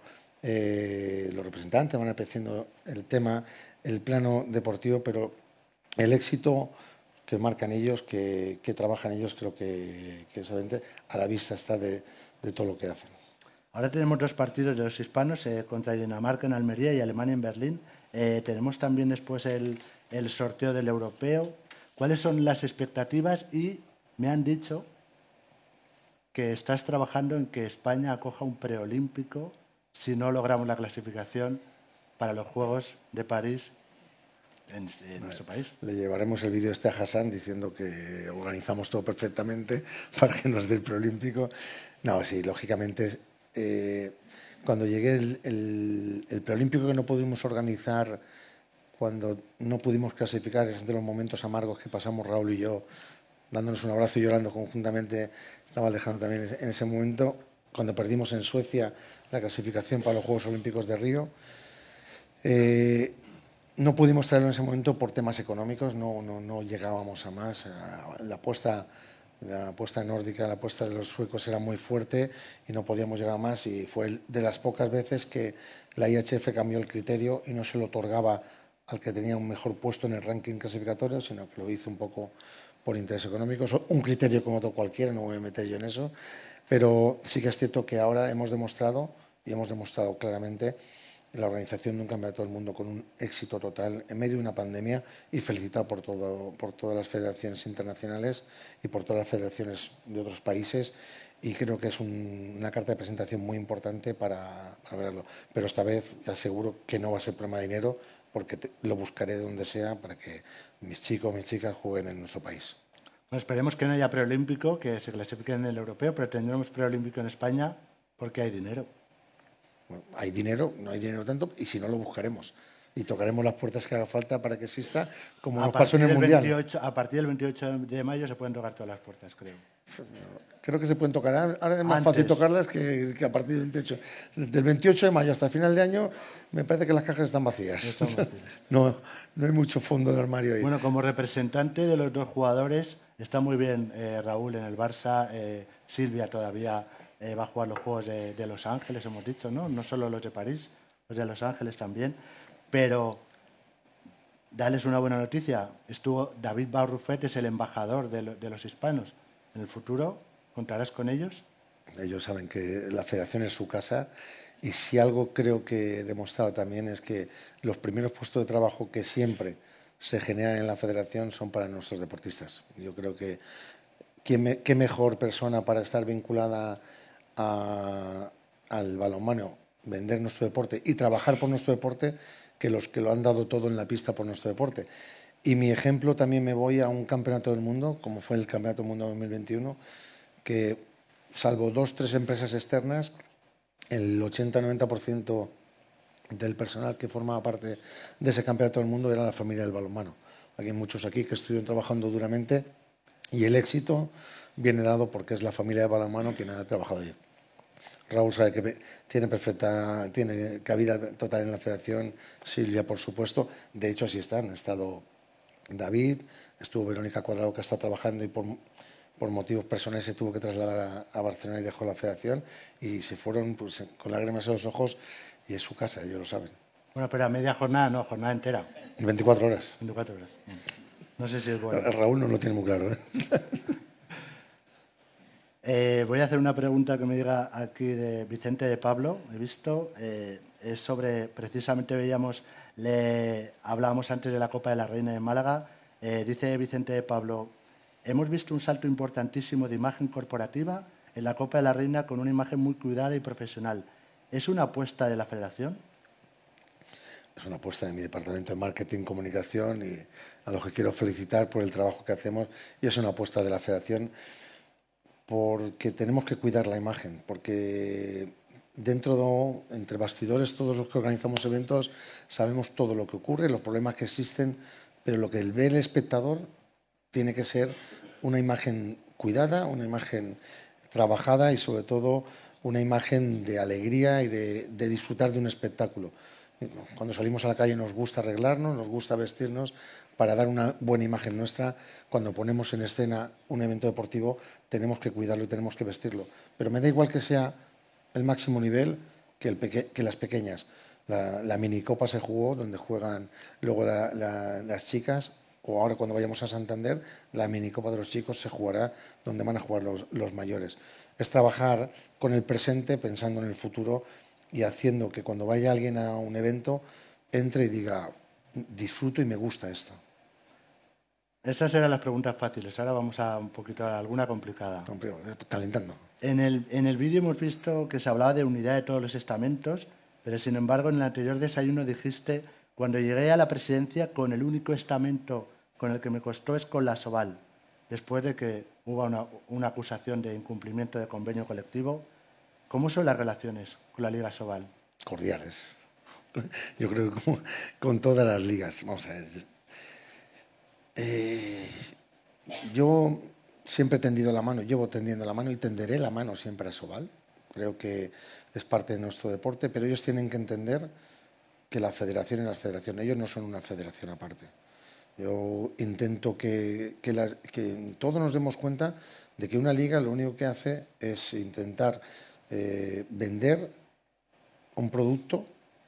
los representantes, van apareciendo el tema, el plano deportivo, pero el éxito que marcan ellos, que trabajan ellos, creo que solamente a la vista está de todo lo que hacen. Ahora tenemos 2 partidos de los hispanos, contra Dinamarca en Almería y Alemania en Berlín. Tenemos también después el sorteo del europeo. ¿Cuáles son las expectativas? Y me han dicho que estás trabajando en que España acoja un preolímpico si no logramos la clasificación para los Juegos de París en nuestro país. Le llevaremos el vídeo a Hassan diciendo que organizamos todo perfectamente para que nos dé el preolímpico. No, sí, lógicamente, cuando llegue el preolímpico que no pudimos organizar, cuando no pudimos clasificar, es de los momentos amargos que pasamos Raúl y yo, dándonos un abrazo y llorando conjuntamente. Estaba Alejandro también en ese momento, cuando perdimos en Suecia la clasificación para los Juegos Olímpicos de Río. No pudimos traerlo en ese momento por temas económicos, no llegábamos a más. La apuesta nórdica, la apuesta de los suecos era muy fuerte y no podíamos llegar a más, y fue de las pocas veces que la IHF cambió el criterio y no se lo otorgaba al que tenía un mejor puesto en el ranking clasificatorio, sino que lo hizo un poco por intereses económicos, un criterio como otro cualquiera, no me voy a meter yo en eso. Pero sí que es cierto que ahora hemos demostrado, y hemos demostrado claramente, la organización de un campeonato del mundo con un éxito total en medio de una pandemia, y felicitado por todas las federaciones internacionales y por todas las federaciones de otros países, y creo que es una carta de presentación muy importante para verlo. Pero esta vez ya aseguro que no va a ser problema de dinero, porque lo buscaré de donde sea para que mis chicos, mis chicas jueguen en nuestro país. Bueno, esperemos que no haya preolímpico, que se clasifiquen en el europeo, pero tendremos preolímpico en España porque hay dinero. Bueno, hay dinero, no hay dinero tanto, y si no lo buscaremos. Y tocaremos las puertas que haga falta para que exista, como nos pasó en el Mundial. A partir del 28 de mayo se pueden tocar todas las puertas, creo. Creo que se pueden tocar. Ahora es más fácil tocarlas que a partir del 28. Del 28 de mayo hasta final de año me parece que las cajas están vacías. No hay mucho fondo de armario ahí. Bueno, como representante de los dos jugadores, está muy bien Raúl en el Barça, Silvia todavía va a jugar los Juegos de Los Ángeles, hemos dicho, ¿no? No solo los de París, los de Los Ángeles también. Pero darles una buena noticia. David Barrufet es el embajador de los hispanos. En el futuro, ¿contarás con ellos? Ellos saben que la federación es su casa, y si algo creo que he demostrado también es que los primeros puestos de trabajo que siempre se generan en la federación son para nuestros deportistas. Yo creo que qué mejor persona para estar vinculada al balonmano, vender nuestro deporte y trabajar por nuestro deporte, que los que lo han dado todo en la pista por nuestro deporte. Y mi ejemplo también me voy a un campeonato del mundo, como fue el Campeonato del Mundo 2021, que salvo 2 o 3 empresas externas, el 80-90% del personal que formaba parte de ese Campeonato del Mundo era la familia del balonmano. Hay muchos aquí que estuvieron trabajando duramente, y el éxito viene dado porque es la familia del balonmano quien ha trabajado allí. Raúl sabe que tiene cabida total en la federación, Silvia por supuesto, de hecho así están, ha estado David, estuvo Verónica Cuadrado, que está trabajando y por motivos personales se tuvo que trasladar a Barcelona y dejó la federación, y se fueron pues, con lágrimas en los ojos, y es su casa, ellos lo saben. Bueno, pero a media jornada no, jornada entera. 24 horas. 24 horas. No sé si es bueno. Raúl no lo tiene muy claro, voy a hacer una pregunta que me diga aquí de Vicente de Pablo. He visto, es sobre, precisamente hablábamos antes de la Copa de la Reina de Málaga. Dice Vicente de Pablo, hemos visto un salto importantísimo de imagen corporativa en la Copa de la Reina, con una imagen muy cuidada y profesional. ¿Es una apuesta de la federación? Es una apuesta de mi departamento de marketing y comunicación, y a los que quiero felicitar por el trabajo que hacemos, y es una apuesta de la federación, porque tenemos que cuidar la imagen, porque entre bastidores, todos los que organizamos eventos sabemos todo lo que ocurre, los problemas que existen, pero lo que ve el espectador tiene que ser una imagen cuidada, una imagen trabajada, y sobre todo una imagen de alegría y de disfrutar de un espectáculo. Cuando salimos a la calle nos gusta arreglarnos, nos gusta vestirnos para dar una buena imagen nuestra. Cuando ponemos en escena un evento deportivo tenemos que cuidarlo y tenemos que vestirlo. Pero me da igual que sea el máximo nivel que las pequeñas. La minicopa se jugó donde juegan luego las chicas, o ahora cuando vayamos a Santander, la minicopa de los chicos se jugará donde van a jugar los mayores. Es trabajar con el presente pensando en el futuro, y haciendo que cuando vaya alguien a un evento entre y diga, disfruto y me gusta esto. Esas eran las preguntas fáciles. Ahora vamos a un poquito a alguna complicada. Calentando. En el vídeo hemos visto que se hablaba de unidad de todos los estamentos, pero sin embargo en el anterior desayuno dijiste, cuando llegué a la presidencia, con el único estamento con el que me costó es con la Asobal, después de que hubo una acusación de incumplimiento de convenio colectivo. ¿Cómo son las relaciones con la Liga Asobal? Cordiales. Yo creo que con todas las ligas. Vamos a ver. Yo siempre he tendido la mano, llevo tendiendo la mano y tenderé la mano siempre a Asobal. Creo que es parte de nuestro deporte, pero ellos tienen que entender que la federación es la federación. Ellos no son una federación aparte. Yo intento que todos nos demos cuenta de que una liga lo único que hace es intentar vender un producto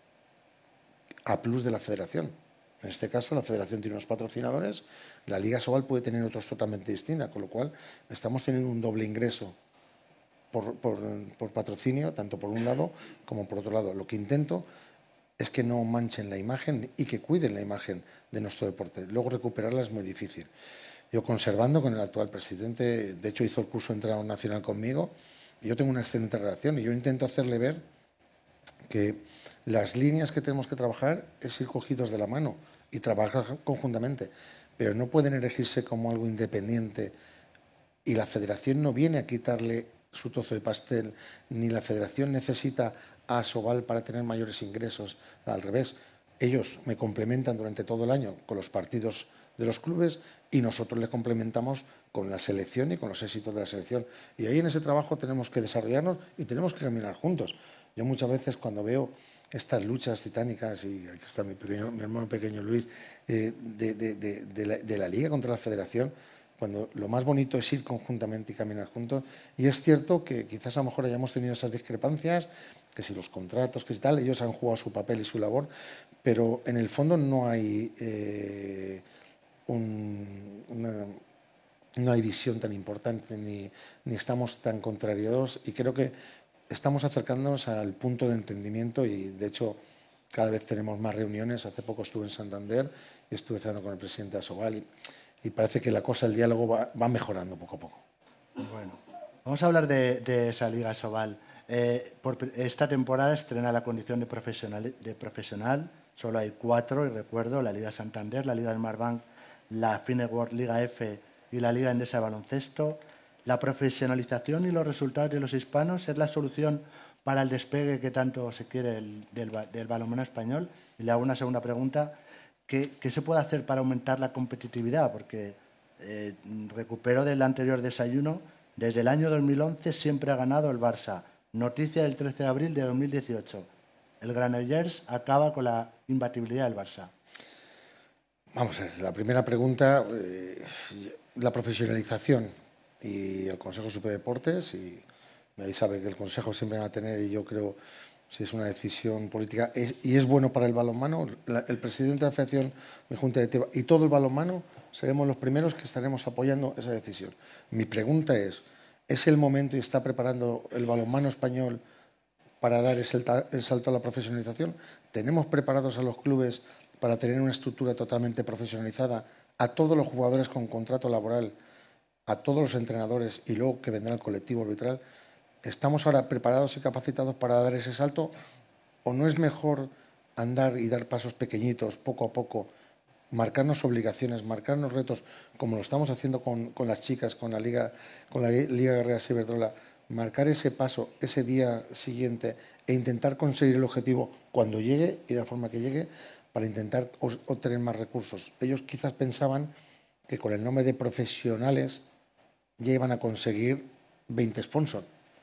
a plus de la federación. En este caso, la federación tiene unos patrocinadores, la Liga Asobal puede tener otros totalmente distintos, con lo cual estamos teniendo un doble ingreso por patrocinio, tanto por un lado como por otro lado. Lo que intento es que no manchen la imagen y que cuiden la imagen de nuestro deporte. Luego recuperarla es muy difícil. Yo conservando con el actual presidente, de hecho hizo el curso de entrenador nacional conmigo, y yo tengo una excelente relación y yo intento hacerle ver que las líneas que tenemos que trabajar es ir cogidos de la mano y trabajar conjuntamente, pero no pueden erigirse como algo independiente y la federación no viene a quitarle su trozo de pastel, ni la federación necesita a Asobal para tener mayores ingresos, al revés. Ellos me complementan durante todo el año con los partidos de los clubes y nosotros les complementamos con la selección y con los éxitos de la selección. Y ahí en ese trabajo tenemos que desarrollarnos y tenemos que caminar juntos. Yo muchas veces cuando veo estas luchas titánicas, y aquí está mi hermano pequeño Luis, de la Liga contra la Federación, cuando lo más bonito es ir conjuntamente y caminar juntos. Y es cierto que quizás a lo mejor hayamos tenido esas discrepancias, que si los contratos, que si tal, ellos han jugado su papel y su labor, pero en el fondo no hay una división tan importante ni estamos tan contrariados, y creo que estamos acercándonos al punto de entendimiento y de hecho cada vez tenemos más reuniones. Hace poco estuve en Santander y estuve cenando con el presidente de Asobal y parece que la cosa, el diálogo va mejorando poco a poco. Bueno, vamos a hablar de esa Liga Asobal. Esta temporada estrena la condición de profesional. Solo hay 4, y recuerdo, la Liga Santander, la Liga Smartbank, la Fineworld Liga F y la Liga Endesa de Baloncesto. La profesionalización y los resultados de los hispanos es la solución para el despegue que tanto se quiere del balonmano español. Y le hago una segunda pregunta. ¿Qué se puede hacer para aumentar la competitividad? Porque recupero del anterior desayuno, desde el año 2011 siempre ha ganado el Barça. Noticia del 13 de abril de 2018. El Granollers acaba con la imbatibilidad del Barça. Vamos a ver, la primera pregunta, la profesionalización y el Consejo Superior de Deportes, y ahí sabe que el Consejo siempre va a tener, y yo creo, si es una decisión política, y es bueno para el balonmano, el presidente de la Federación, mi Junta Directiva y todo el balonmano, seremos los primeros que estaremos apoyando esa decisión. Mi pregunta ¿es el momento y está preparando el balonmano español para dar el salto a la profesionalización? ¿Tenemos preparados a los clubes para tener una estructura totalmente profesionalizada, a todos los jugadores con contrato laboral, a todos los entrenadores y luego que vendrá el colectivo arbitral? ¿Estamos ahora preparados y capacitados para dar ese salto? ¿O no es mejor andar y dar pasos pequeñitos, poco a poco, marcarnos obligaciones, marcarnos retos, como lo estamos haciendo con las chicas, con la Liga Guerreras Iberdrola, marcar ese paso, ese día siguiente e intentar conseguir el objetivo cuando llegue y de la forma que llegue, para intentar obtener más recursos? Ellos quizás pensaban que con el nombre de profesionales ya iban a conseguir 20 sponsors.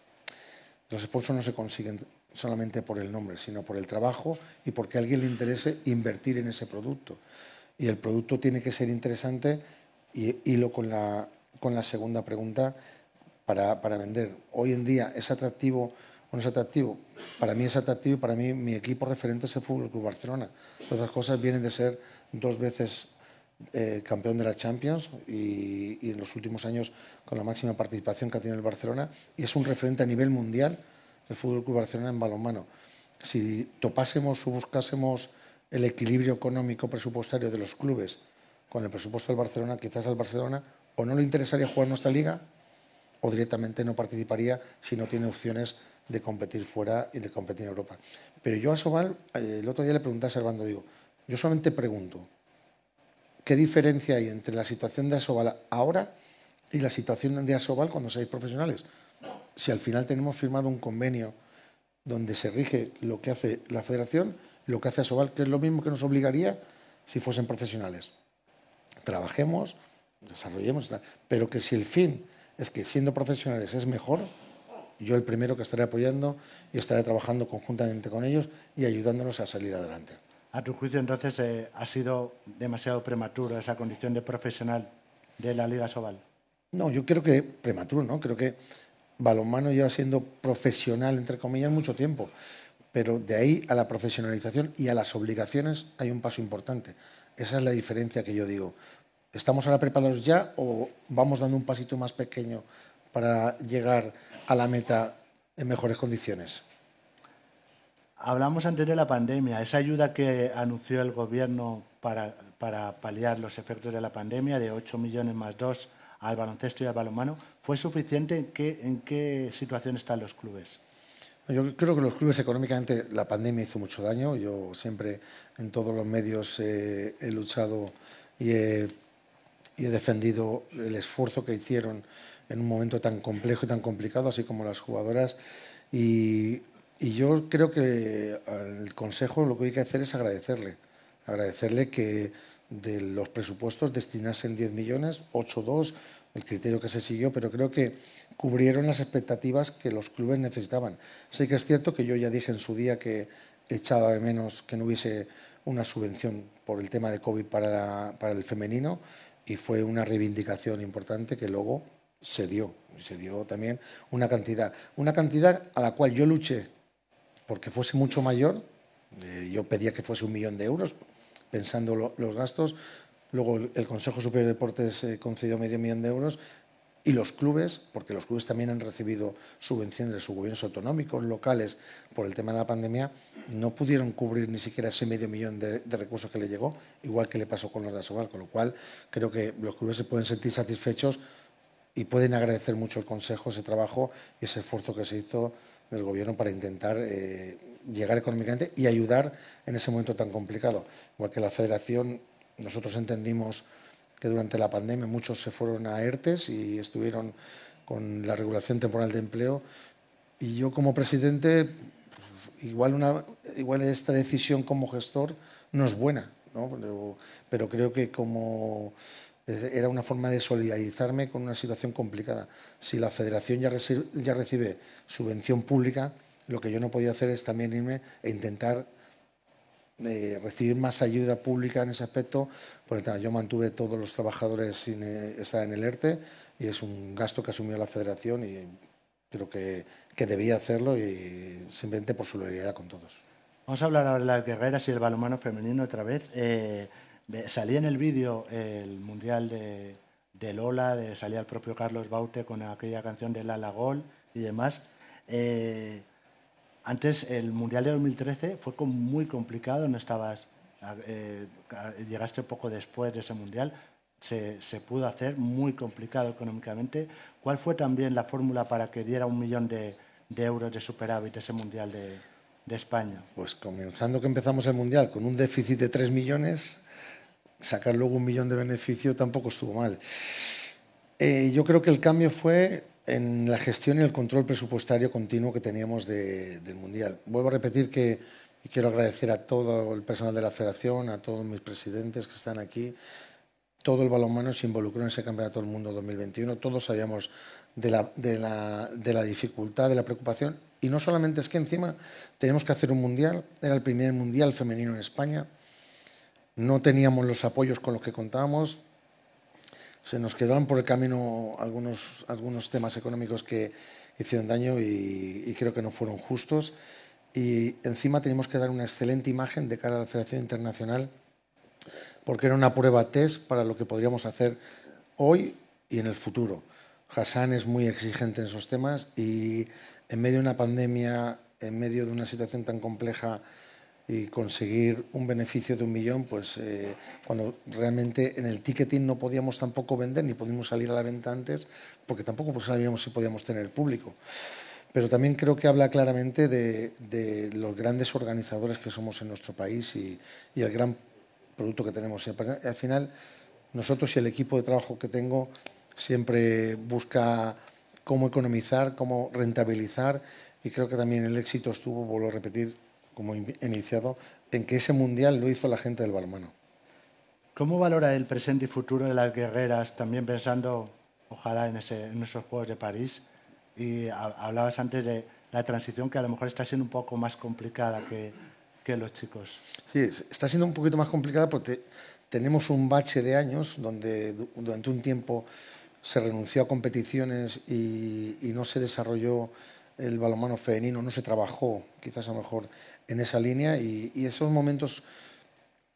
Los sponsors no se consiguen solamente por el nombre, sino por el trabajo y porque a alguien le interese invertir en ese producto. Y el producto tiene que ser interesante, y hilo con la segunda pregunta, para vender. Hoy en día, ¿es atractivo o no es atractivo? Para mí es atractivo, y para mí mi equipo referente es el Fútbol Club Barcelona. Otras cosas vienen de ser 2 veces campeón de la Champions y en los últimos años con la máxima participación que ha tenido el Barcelona, y es un referente a nivel mundial el Fútbol Club Barcelona en balonmano. Si topásemos o buscásemos el equilibrio económico presupuestario de los clubes con el presupuesto del Barcelona, quizás al Barcelona o no le interesaría jugar nuestra liga o directamente no participaría si no tiene opciones de competir fuera y de competir en Europa. Pero yo a Asobal, el otro día le pregunté a Servando, digo, yo solamente pregunto, ¿qué diferencia hay entre la situación de Asobal ahora y la situación de Asobal cuando seáis profesionales? Si al final tenemos firmado un convenio donde se rige lo que hace la Federación, lo que hace Asobal, que es lo mismo que nos obligaría si fuesen profesionales. Trabajemos, desarrollemos, pero que si el fin es que siendo profesionales es mejor, yo el primero que estaré apoyando y estaré trabajando conjuntamente con ellos y ayudándolos a salir adelante. A tu juicio, entonces, ¿ha sido demasiado prematuro esa condición de profesional de la Liga Asobal? No, yo creo que prematuro, ¿no? Creo que balonmano lleva siendo profesional, entre comillas, mucho tiempo, pero de ahí a la profesionalización y a las obligaciones hay un paso importante. Esa es la diferencia que yo digo. ¿Estamos ahora preparados ya o vamos dando un pasito más pequeño para llegar a la meta en mejores condiciones? Hablamos antes de la pandemia. Esa ayuda que anunció el Gobierno para paliar los efectos de la pandemia, de 8 millones más 2 al baloncesto y al balonmano, ¿fue suficiente? ¿En qué situación están los clubes? Yo creo que los clubes económicamente la pandemia hizo mucho daño. Yo siempre en todos los medios he luchado y he defendido el esfuerzo que hicieron en un momento tan complejo y tan complicado, así como las jugadoras. Y yo creo que al Consejo lo que hay que hacer es agradecerle que de los presupuestos destinasen 10 millones, 8,2, el criterio que se siguió, pero creo que cubrieron las expectativas que los clubes necesitaban. Sí que es cierto que yo ya dije en su día que echaba de menos que no hubiese una subvención por el tema de COVID para el femenino, y fue una reivindicación importante que luego se dio también una cantidad a la cual yo luché porque fuese mucho mayor. Yo pedía que fuese 1 millón de euros, pensando los gastos. Luego el Consejo Superior de Deportes concedió medio millón de euros, y los clubes, porque los clubes también han recibido subvenciones de sus gobiernos autonómicos, locales, por el tema de la pandemia, no pudieron cubrir ni siquiera ese medio millón de recursos que le llegó, igual que le pasó con los de Asobal, con lo cual creo que los clubes se pueden sentir satisfechos y pueden agradecer mucho al Consejo ese trabajo y ese esfuerzo que se hizo del Gobierno para intentar llegar económicamente y ayudar en ese momento tan complicado. Igual que la Federación, nosotros entendimos que durante la pandemia muchos se fueron a ERTES y estuvieron con la regulación temporal de empleo, y yo como presidente, igual esta decisión como gestor no es buena, ¿no? Pero creo que como era una forma de solidarizarme con una situación complicada. Si la Federación ya recibe subvención pública, lo que yo no podía hacer es también irme e intentar recibir más ayuda pública en ese aspecto. Por ejemplo, yo mantuve todos los trabajadores sin estar en el ERTE, y es un gasto que asumió la Federación, y creo que debía hacerlo, y simplemente por solidaridad con todos. Vamos a hablar ahora de las guerreras y el balonmano femenino otra vez. Salía en el vídeo el Mundial de Lola, salía el propio Carlos Baute con aquella canción de La Gol y demás. Antes, el Mundial de 2013 fue muy complicado, no estabas, llegaste poco después de ese Mundial, se pudo hacer muy complicado económicamente. ¿Cuál fue también la fórmula para que diera 1 millón de euros de superávit ese Mundial de España? Pues comenzando que empezamos el Mundial con un déficit de 3 millones, sacar luego 1 millón de beneficio tampoco estuvo mal. Yo creo que el cambio fue en la gestión y el control presupuestario continuo que teníamos del Mundial. Vuelvo a repetir que quiero agradecer a todo el personal de la Federación, a todos mis presidentes que están aquí. Todo el balonmano se involucró en ese Campeonato del Mundo 2021. Todos sabíamos de la dificultad, de la preocupación. Y no solamente es que encima teníamos que hacer un Mundial, era el primer Mundial femenino en España. No teníamos los apoyos con los que contábamos. Se nos quedaron por el camino algunos temas económicos que hicieron daño y creo que no fueron justos. Y encima teníamos que dar una excelente imagen de cara a la Federación Internacional, porque era una prueba test para lo que podríamos hacer hoy y en el futuro. Hassan es muy exigente en esos temas, y en medio de una pandemia, en medio de una situación tan compleja, y conseguir un beneficio de 1 millón, pues cuando realmente en el ticketing no podíamos tampoco vender, ni pudimos salir a la venta antes, porque tampoco sabíamos si podíamos tener público. Pero también creo que habla claramente de los grandes organizadores que somos en nuestro país y el gran producto que tenemos. Y al final, nosotros y el equipo de trabajo que tengo siempre busca cómo economizar, cómo rentabilizar, y creo que también el éxito estuvo, vuelvo a repetir, como iniciado, en que ese Mundial lo hizo la gente del balonmano. ¿Cómo valora el presente y futuro de las guerreras, también pensando, ojalá, en esos Juegos de París? Y hablabas antes de la transición, que a lo mejor está siendo un poco más complicada que los chicos. Sí, está siendo un poquito más complicada porque tenemos un bache de años donde durante un tiempo se renunció a competiciones y no se desarrolló el balonmano femenino, no se trabajó quizás a lo mejor en esa línea, y esos momentos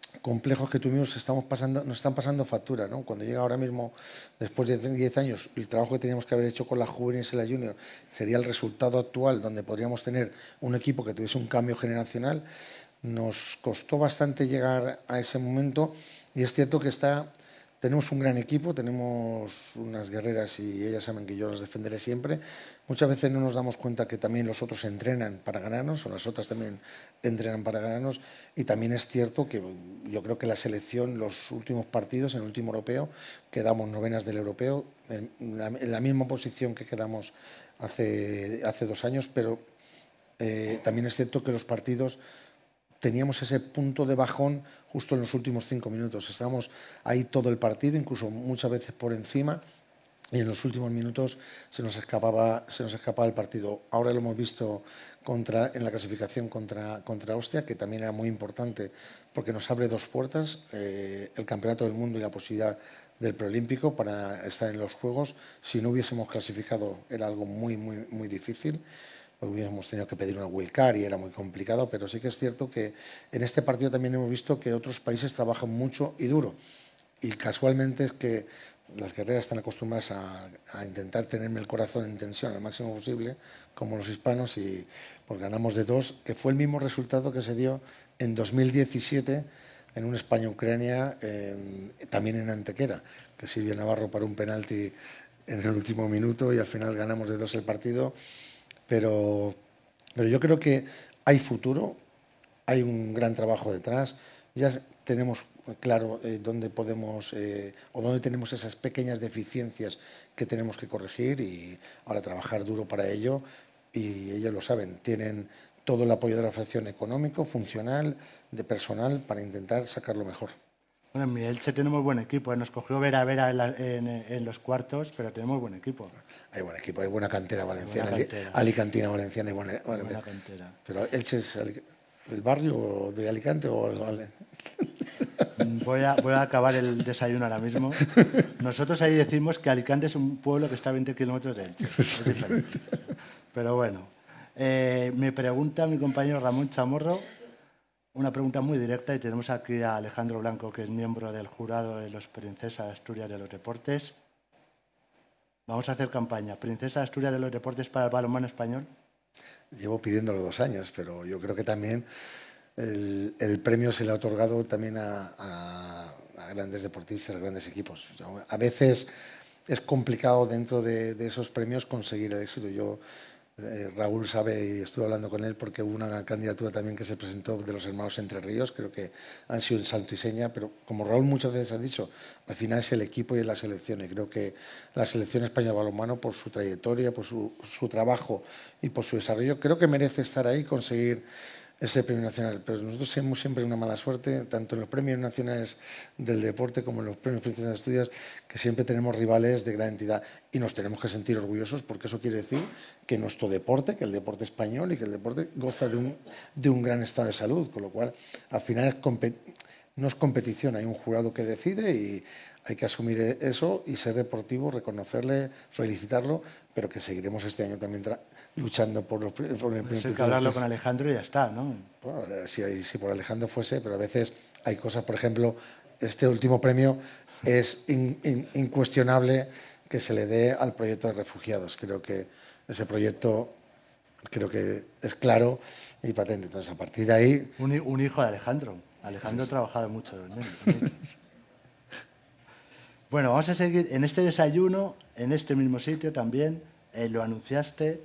complejos que tuvimos nos están pasando factura, ¿no? Cuando llega ahora mismo, después de 10 años, el trabajo que teníamos que haber hecho con las juveniles y la junior sería el resultado actual, donde podríamos tener un equipo que tuviese un cambio generacional. Nos costó bastante llegar a ese momento y es cierto que tenemos un gran equipo, tenemos unas guerreras y ellas saben que yo las defenderé siempre. Muchas veces no nos damos cuenta que también los otros entrenan para ganarnos o las otras también entrenan para ganarnos, y también es cierto que yo creo que la selección, los últimos partidos, en el último europeo, quedamos novenas del europeo, en la misma posición que quedamos hace 2 años, pero también es cierto que los partidos teníamos ese punto de bajón justo en los últimos 5 minutos. Estábamos ahí todo el partido, incluso muchas veces por encima, y en los últimos minutos se nos escapaba el partido. Ahora lo hemos visto en la clasificación contra Austria, que también era muy importante porque nos abre 2 puertas, el Campeonato del Mundo y la posibilidad del Preolímpico para estar en los Juegos. Si no hubiésemos clasificado era algo muy, muy, muy difícil. Hubiéramos tenido que pedir una wildcard y era muy complicado, pero sí que es cierto que en este partido también hemos visto que otros países trabajan mucho y duro. Y casualmente es que las guerreras están acostumbradas a intentar tenerme el corazón en tensión al máximo posible, como los hispanos, y pues ganamos de 2, que fue el mismo resultado que se dio en 2017 en un España-Ucrania, también en Antequera, que Silvia Navarro paró un penalti en el último minuto y al final ganamos de 2 el partido. Pero yo creo que hay futuro, hay un gran trabajo detrás, ya tenemos claro dónde podemos o dónde tenemos esas pequeñas deficiencias que tenemos que corregir, y ahora trabajar duro para ello, y ellos lo saben, tienen todo el apoyo de la Federación económico, funcional, de personal, para intentar sacarlo mejor. Bueno, en mi Elche tenemos buen equipo. Nos cogió Vera en los cuartos, pero tenemos buen equipo. Hay buen equipo, hay buena cantera valenciana, alicantina valenciana y buena cantera. Pero Elche es el barrio de Alicante o el... Voy a acabar el desayuno ahora mismo. Nosotros ahí decimos que Alicante es un pueblo que está a 20 kilómetros de Elche. Es diferente. Pero bueno, me pregunta mi compañero Ramón Chamorro una pregunta muy directa, y tenemos aquí a Alejandro Blanco, que es miembro del jurado de los Princesa de Asturias de los Deportes. Vamos a hacer campaña. ¿Princesa de Asturias de los Deportes para el balonmano español? Llevo pidiéndolo 2 años, pero yo creo que también el premio se le ha otorgado también a grandes deportistas, a grandes equipos. A veces es complicado dentro de esos premios conseguir el éxito. Raúl sabe, y estuve hablando con él, porque hubo una candidatura también que se presentó de los hermanos Entre Ríos, creo que han sido el salto y seña, pero como Raúl muchas veces ha dicho, al final es el equipo y es la selección, y creo que la selección española de balonmano, por su trayectoria, por su trabajo y por su desarrollo, creo que merece estar ahí y conseguir ese premio nacional. Pero nosotros tenemos siempre una mala suerte, tanto en los premios nacionales del deporte como en los premios Princesa de Asturias, que siempre tenemos rivales de gran entidad, y nos tenemos que sentir orgullosos, porque eso quiere decir que nuestro deporte, que el deporte español y que el deporte goza de un gran estado de salud, con lo cual al final no es competición, hay un jurado que decide y hay que asumir eso y ser deportivo, reconocerle, felicitarlo, pero que seguiremos este año también luchando por el premio. Hay que hablarlo con Alejandro y ya está, ¿no? Bueno, si por Alejandro fuese, pero a veces hay cosas, por ejemplo, este último premio es incuestionable que se le dé al proyecto de refugiados. Creo que ese proyecto es claro y patente. Entonces, a partir de ahí... Un hijo de Alejandro. Alejandro ha trabajado mucho. Bueno, vamos a seguir en este desayuno, en este mismo sitio también. Lo anunciaste,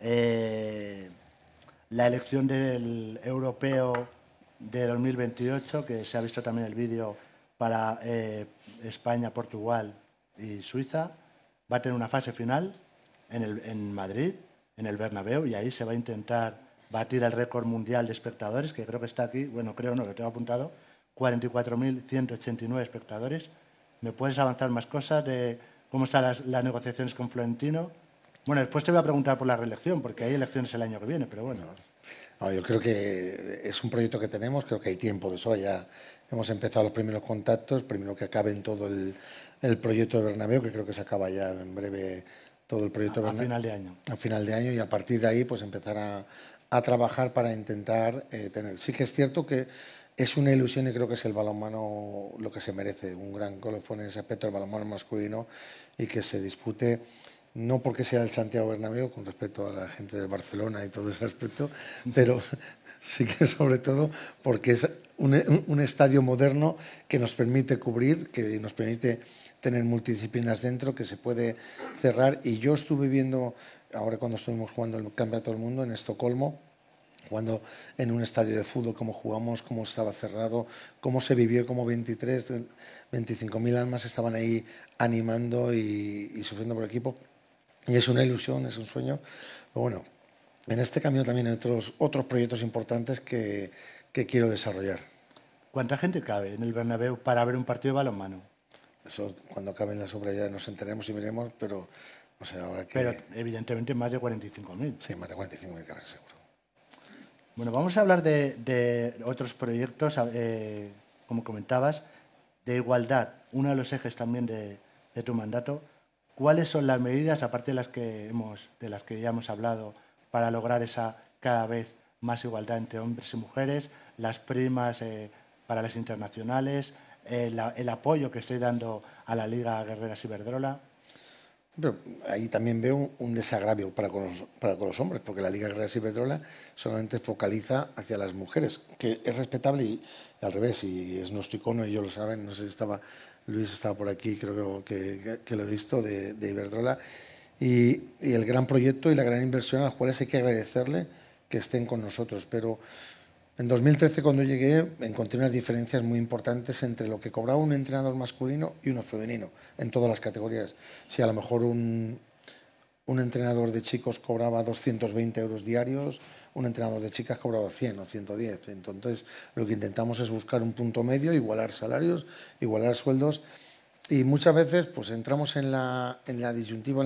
la elección del europeo de 2028, que se ha visto también el vídeo para España, Portugal y Suiza. Va a tener una fase final en Madrid, en el Bernabéu, y ahí se va a intentar batir el récord mundial de espectadores, que creo que está aquí, bueno, creo no, lo tengo apuntado, 44.189 espectadores. ¿Me puedes avanzar más cosas de cómo están las negociaciones con Florentino? Bueno, después te voy a preguntar por la reelección, porque hay elecciones el año que viene, pero bueno. No, yo creo que es un proyecto que tenemos, creo que hay tiempo de eso. Ya hemos empezado los primeros contactos, primero que acaben todo el proyecto de Bernabéu, que creo que se acaba ya en breve todo el proyecto de Bernabéu. A final de año. A final de año, y a partir de ahí pues empezar a trabajar para intentar tener. Sí que es cierto que Es una ilusión y creo que es el balonmano lo que se merece, un gran colofón en ese aspecto, el balonmano masculino, y que se dispute, no porque sea el Santiago Bernabéu, con respecto a la gente de Barcelona y todo ese aspecto, pero sí que sobre todo porque es un estadio moderno que nos permite cubrir, que nos permite tener multidisciplinas dentro, que se puede cerrar. Y yo estuve viendo, ahora cuando estuvimos jugando el Campeonato del Mundo en Estocolmo, cuando en un estadio de fútbol, cómo jugamos, cómo estaba cerrado, cómo se vivió, cómo 25.000 almas estaban ahí animando y sufriendo por el equipo. Y es una ilusión, es un sueño. Pero bueno, en este camino también hay otros proyectos importantes que quiero desarrollar. ¿Cuánta gente cabe en el Bernabéu para ver un partido de balonmano? Eso, cuando acabe en las obras ya nos enteremos y veremos, pero no sé, ahora que... Pero evidentemente más de 45.000. Sí, más de 45.000 caben, seguro. Bueno, vamos a hablar de otros proyectos, como comentabas, de igualdad, uno de los ejes también de tu mandato. ¿Cuáles son las medidas, aparte de las que ya hemos hablado, para lograr esa cada vez más igualdad entre hombres y mujeres, las primas para las internacionales, el apoyo que estoy dando a la Liga Guerreras Iberdrola? Pero ahí también veo un desagravio para con los hombres, porque la Liga Guerreras Iberdrola solamente focaliza hacia las mujeres, que es respetable y al revés, y es nuestro icono, y ellos lo saben, no sé si Luis estaba por aquí, creo que lo he visto, de Iberdrola, y el gran proyecto y la gran inversión a los cuales hay que agradecerle que estén con nosotros. Pero en 2013, cuando llegué, encontré unas diferencias muy importantes entre lo que cobraba un entrenador masculino y uno femenino, en todas las categorías. Si a lo mejor un entrenador de chicos cobraba 220 euros diarios, un entrenador de chicas cobraba 100 o 110. Entonces, lo que intentamos es buscar un punto medio, igualar salarios, igualar sueldos, y muchas veces pues entramos en la disyuntiva,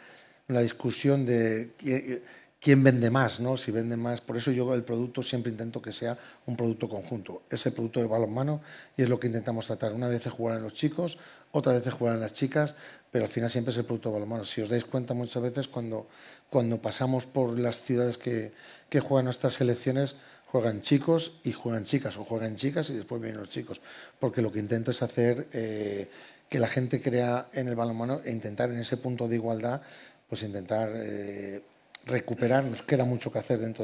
en la discusión de quién vende más, ¿no? Si vende más. Por eso yo el producto siempre intento que sea un producto conjunto. Es el producto del balonmano y es lo que intentamos tratar. Una vez jugarán los chicos, otra vez jugarán las chicas, pero al final siempre es el producto del balonmano. Si os dais cuenta, muchas veces cuando pasamos por las ciudades que juegan nuestras selecciones, juegan chicos y juegan chicas, o juegan chicas y después vienen los chicos, porque lo que intento es hacer que la gente crea en el balonmano e intentar en ese punto de igualdad, pues intentar recuperar. Nos queda mucho que hacer dentro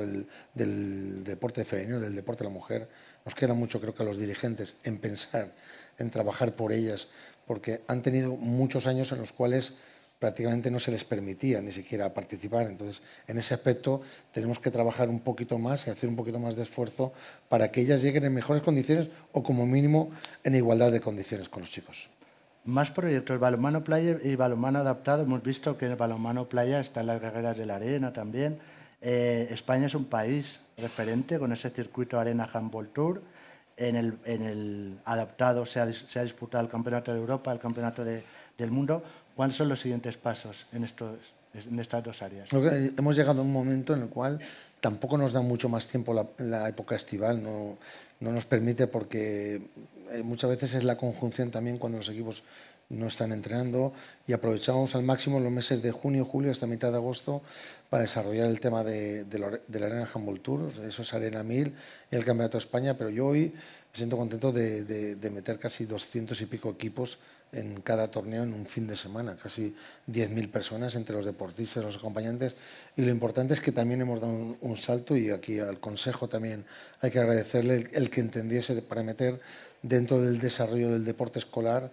del deporte femenino, del deporte de la mujer. Nos queda mucho, creo que a los dirigentes, en pensar, en trabajar por ellas, porque han tenido muchos años en los cuales prácticamente no se les permitía ni siquiera participar. Entonces, en ese aspecto tenemos que trabajar un poquito más y hacer un poquito más de esfuerzo para que ellas lleguen en mejores condiciones o como mínimo en igualdad de condiciones con los chicos. Más proyectos, balonmano playa y balonmano adaptado. Hemos visto que en el balonmano playa están las Guerreras de la Arena también. España es un país referente con ese circuito Arena Handball Tour. En el adaptado se ha disputado el Campeonato de Europa, el Campeonato del Mundo. ¿Cuáles son los siguientes pasos en estas dos áreas? Hemos llegado a un momento en el cual tampoco nos da mucho más tiempo la época estival, no nos permite, porque muchas veces es la conjunción también cuando los equipos no están entrenando, y aprovechamos al máximo los meses de junio, julio hasta mitad de agosto para desarrollar el tema de la Arena Handball Tour. Eso es Arena 1000 y el Campeonato de España, pero yo hoy me siento contento de meter casi 200 y pico equipos en cada torneo en un fin de semana, casi 10.000 personas entre los deportistas, los acompañantes, y lo importante es que también hemos dado un salto, y aquí al Consejo también hay que agradecerle el que entendiese para meter dentro del desarrollo del deporte escolar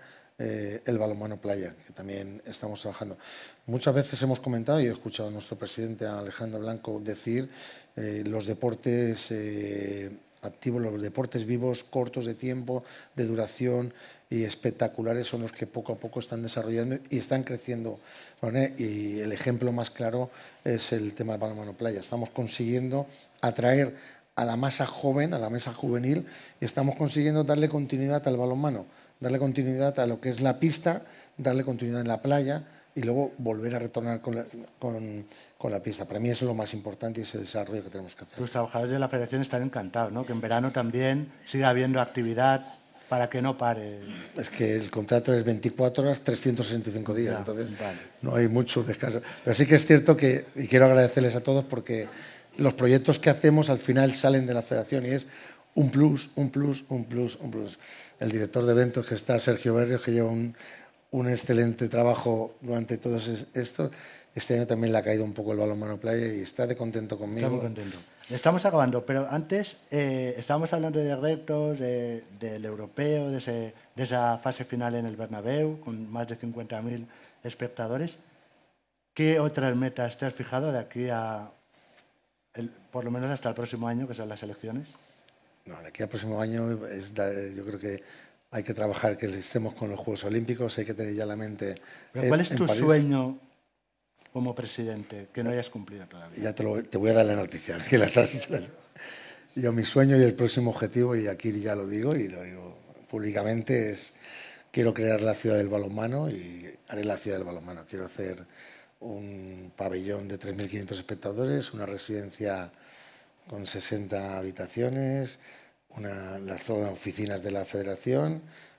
el balonmano playa, que también estamos trabajando. Muchas veces hemos comentado, y he escuchado a nuestro presidente Alejandro Blanco decir, los deportes activos, los deportes vivos, cortos de tiempo, de duración y espectaculares, son los que poco a poco están desarrollando y están creciendo. Y el ejemplo más claro es el tema del balonmano playa. Estamos consiguiendo atraer a la masa joven, a la masa juvenil, y estamos consiguiendo darle continuidad al balonmano, darle continuidad a lo que es la pista, darle continuidad en la playa y luego volver a retornar con la pista. Para mí eso es lo más importante y ese desarrollo que tenemos que hacer. Los trabajadores de la federación están encantados, ¿no? Que en verano también siga habiendo actividad para que no pare. Es que el contrato es 24 horas, 365 días, entonces vale, no hay mucho descanso. Pero sí que es cierto que, y quiero agradecerles a todos, porque los proyectos que hacemos al final salen de la federación y es un plus. El director de eventos, que está Sergio Berrios, que lleva un excelente trabajo durante todo esto. Este año también le ha caído un poco el balonmano playa y está de contento conmigo. Está muy contento. Estamos acabando, pero antes estábamos hablando de retos, del europeo, de esa fase final en el Bernabéu, con más de 50.000 espectadores. ¿Qué otras metas te has fijado de aquí por lo menos hasta el próximo año, que son las elecciones? No, de aquí al próximo año yo creo que hay que trabajar que estemos con los Juegos Olímpicos, hay que tener ya la mente. ¿Pero cuál es tu sueño como presidente que no hayas cumplido todavía? Ya te voy a dar la noticia, que la estás escuchando. Yo, mi sueño y el próximo objetivo, y aquí ya lo digo y lo digo públicamente, es quiero crear la ciudad del balonmano y haré la ciudad del balonmano. Quiero hacer un pabellón de 3.500 espectadores, una residencia con 60 habitaciones, las oficinas de la federación,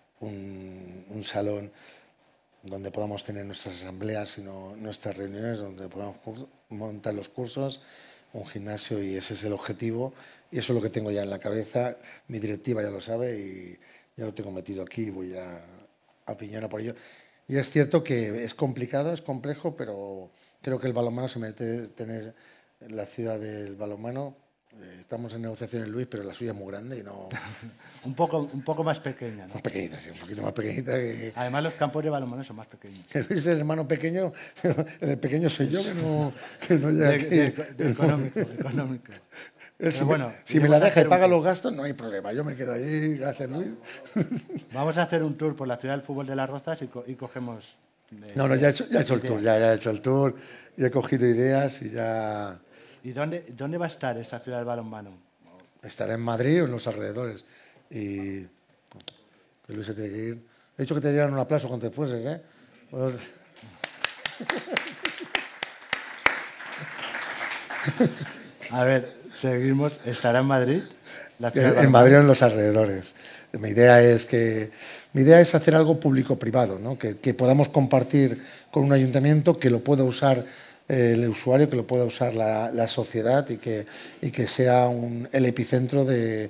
un salón donde podamos tener nuestras asambleas y nuestras reuniones, donde podamos montar los cursos, un gimnasio, y ese es el objetivo y eso es lo que tengo ya en la cabeza. Mi directiva ya lo sabe y ya lo tengo metido aquí, voy a piñón por ello. Y es cierto que es complicado, es complejo, pero creo que el balonmano se merece tener la ciudad del balonmano. Estamos en negociaciones, Luis, pero la suya es muy grande y no... un poco más pequeña, ¿no? Más pequeñita, sí, un poquito más pequeñita. Además, los campos de balonmano son más pequeños. Luis es el hermano pequeño, el pequeño soy yo, que no llega aquí. Económico. Bueno, si me la deja y paga los gastos, no hay problema. Yo me quedo ahí, gracias, Luis. Vamos a hacer un tour por la ciudad del fútbol de Las Rozas y cogemos... ya he hecho el tour, ya he hecho el tour, ya he cogido ideas y ya... ¿Y dónde va a estar esa ciudad del balonmano? Estará en Madrid o en los alrededores. Y Luis se tiene que ir. He dicho que te dieran un aplauso cuando te fueses, ¿eh? Pues... A ver, seguimos. ¿Estará en Madrid? En Madrid o en los alrededores. Mi idea es hacer algo público-privado, ¿no? Que podamos compartir con un ayuntamiento, que lo pueda usar el usuario, que lo pueda usar la sociedad y que sea el epicentro de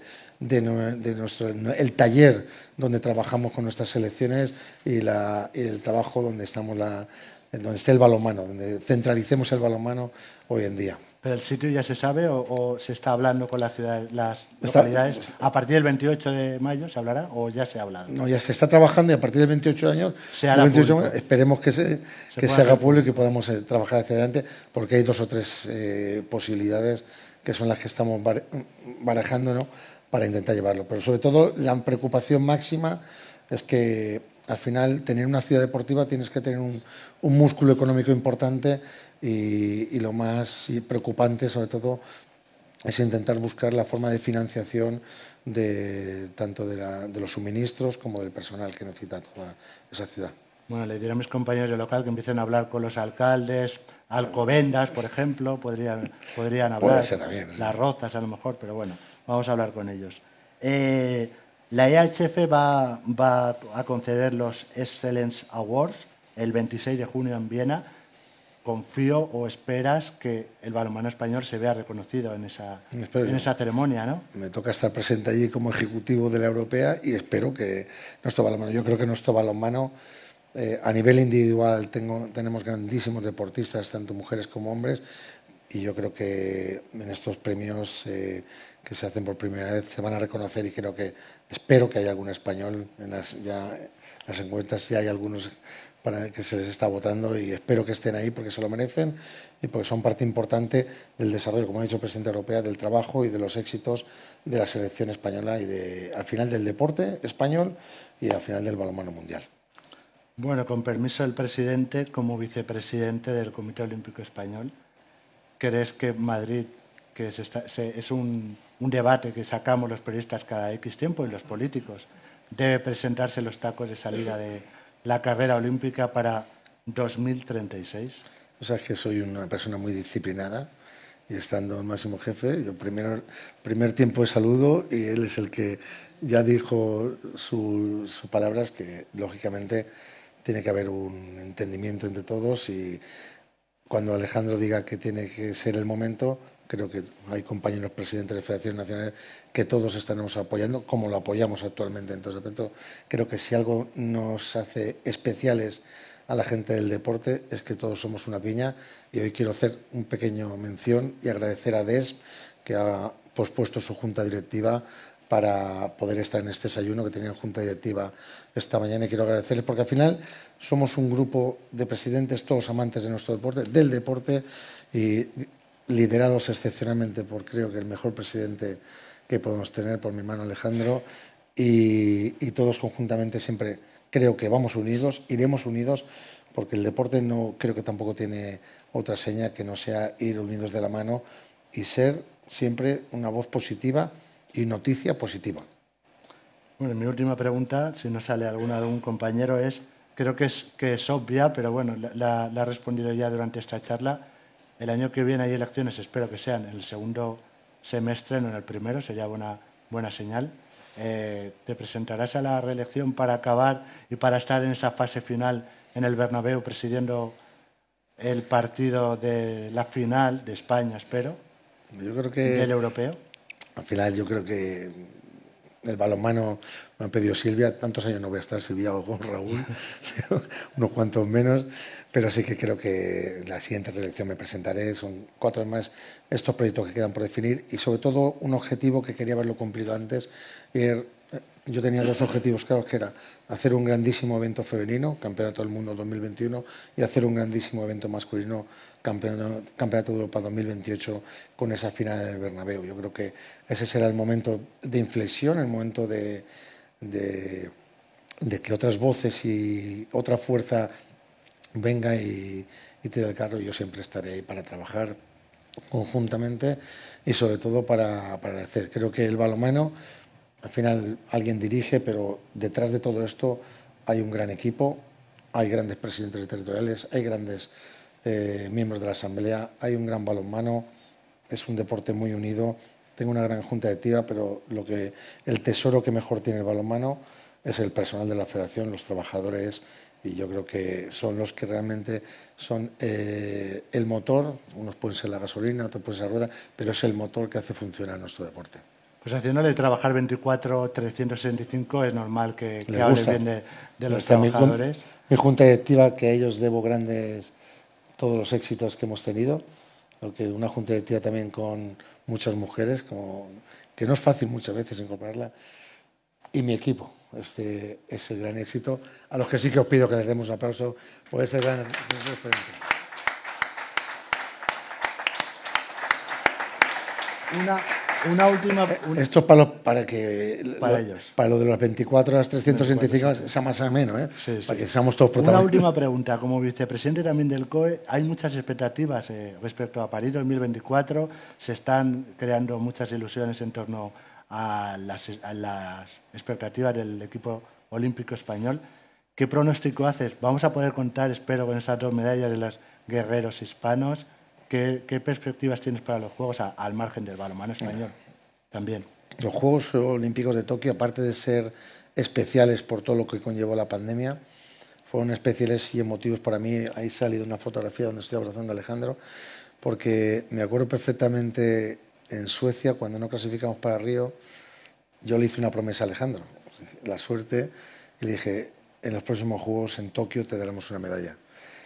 el taller donde trabajamos con nuestras selecciones y el trabajo donde esté el balonmano, donde centralicemos el balonmano hoy en día. ¿Pero el sitio ya se sabe o se está hablando con las localidades? ¿A partir del 28 de mayo se hablará o ya se ha hablado? No, ya se está trabajando y a partir del 28 de año esperemos que se haga público y podamos trabajar hacia adelante, porque hay 2 o 3 posibilidades que son las que estamos barajando, ¿no?, para intentar llevarlo. Pero sobre todo la preocupación máxima es que al final tener una ciudad deportiva tienes que tener un músculo económico importante y lo más preocupante sobre todo es intentar buscar la forma de financiación tanto de los suministros como del personal que necesita toda esa ciudad. Bueno, le diré a mis compañeros del local que empiecen a hablar con los alcaldes, Alcobendas, por ejemplo, podrían hablar. Puede ser también. Las Rozas, a lo mejor, pero bueno, vamos a hablar con ellos. La EHF va a conceder los Excellence Awards el 26 de junio en Viena. ¿Confío o esperas que el balonmano español se vea reconocido en esa ceremonia, ¿no? Me toca estar presente allí como ejecutivo de la europea y espero que nuestro balonmano, yo creo que nuestro balonmano a nivel individual tenemos grandísimos deportistas, tanto mujeres como hombres, y yo creo que en estos premios que se hacen por primera vez se van a reconocer y espero que haya algún español en las encuestas, ya hay algunos para que se les está votando y espero que estén ahí porque se lo merecen y porque son parte importante del desarrollo, como ha dicho el presidente europeo, del trabajo y de los éxitos de la selección española y al final del deporte español y al final del balonmano mundial. Bueno, con permiso del presidente, como vicepresidente del Comité Olímpico Español, ¿crees que Madrid, que es un debate que sacamos los periodistas cada X tiempo y los políticos, debe presentarse los tacos de salida de la carrera olímpica para 2036? O sea, es que soy una persona muy disciplinada y estando el máximo jefe, yo primer tiempo de saludo y él es el que ya dijo sus palabras, que lógicamente tiene que haber un entendimiento entre todos y cuando Alejandro diga que tiene que ser el momento, Creo que hay compañeros presidentes de federaciones nacionales que todos estaremos apoyando, como lo apoyamos actualmente. Entonces, creo que si algo nos hace especiales a la gente del deporte es que todos somos una piña, y hoy quiero hacer un pequeño mención y agradecer a DES, que ha pospuesto su junta directiva para poder estar en este desayuno, que tenían junta directiva esta mañana, y quiero agradecerles porque al final somos un grupo de presidentes, todos amantes de nuestro deporte, del deporte, y liderados excepcionalmente por, creo que el mejor presidente que podemos tener, por mi hermano Alejandro, y todos conjuntamente siempre creo que vamos unidos, iremos unidos, porque el deporte no creo que tampoco tiene otra seña que no sea ir unidos de la mano y ser siempre una voz positiva y noticia positiva. Bueno, mi última pregunta, si no sale alguna de algún compañero, creo que es obvia, pero bueno, la he respondido ya durante esta charla. El año que viene hay elecciones, espero que sean en el segundo semestre, no en el primero, sería buena señal. ¿Te presentarás a la reelección para acabar y para estar en esa fase final en el Bernabéu presidiendo el partido de la final de España, espero? Yo creo que del europeo. Al final yo creo que el balonmano me ha pedido Silvia, tantos años no voy a estar, Silvia, o con Raúl, unos cuantos menos, pero sí que creo que la siguiente reelección me presentaré, son 4 más estos proyectos que quedan por definir, y sobre todo un objetivo que quería haberlo cumplido antes. Yo tenía 2 objetivos claros, que era hacer un grandísimo evento femenino, Campeonato del Mundo 2021, y hacer un grandísimo evento masculino, Campeonato de Europa 2028, con esa final en el Bernabéu. Yo creo que ese será el momento de inflexión, el momento de que otras voces y otra fuerza venga y tire el carro. Yo siempre estaré ahí para trabajar conjuntamente y sobre todo para hacer. Creo que el balonmano, al final alguien dirige, pero detrás de todo esto hay un gran equipo, hay grandes presidentes territoriales, hay grandes miembros de la asamblea, hay un gran balonmano, es un deporte muy unido. Tengo una gran junta directiva, pero el tesoro que mejor tiene el balonmano es el personal de la federación, los trabajadores, y yo creo que son los que realmente son el motor. Unos pueden ser la gasolina, otros pueden ser la rueda, pero es el motor que hace funcionar nuestro deporte. Pues haciéndole trabajar 24/365 es normal que hable bien de los trabajadores. Mi junta directiva, que a ellos debo todos los éxitos que hemos tenido, porque una junta directiva también con muchas mujeres, que no es fácil muchas veces incorporarla, y mi equipo, ese gran éxito, a los que sí que os pido que les demos un aplauso por ese gran referente. Una última... Esto es para ellos. Para lo de las 24 a las 365, sea más o menos, Sí. Para que seamos todos protagonistas. Una última pregunta. Como vicepresidente también del COE, hay muchas expectativas respecto a París 2024. Se están creando muchas ilusiones en torno a las expectativas del equipo olímpico español. ¿Qué pronóstico haces? ¿Vamos a poder contar, espero, con esas 2 medallas de los guerreros hispanos? ¿Qué perspectivas tienes para los Juegos al margen del balonmano español también? Los Juegos Olímpicos de Tokio, aparte de ser especiales por todo lo que conllevó la pandemia, fueron especiales y emotivos para mí. Ahí ha salido una fotografía donde estoy abrazando a Alejandro, porque me acuerdo perfectamente en Suecia, cuando no clasificamos para Río, yo le hice una promesa a Alejandro, la suerte, y le dije, en los próximos Juegos en Tokio te daremos una medalla.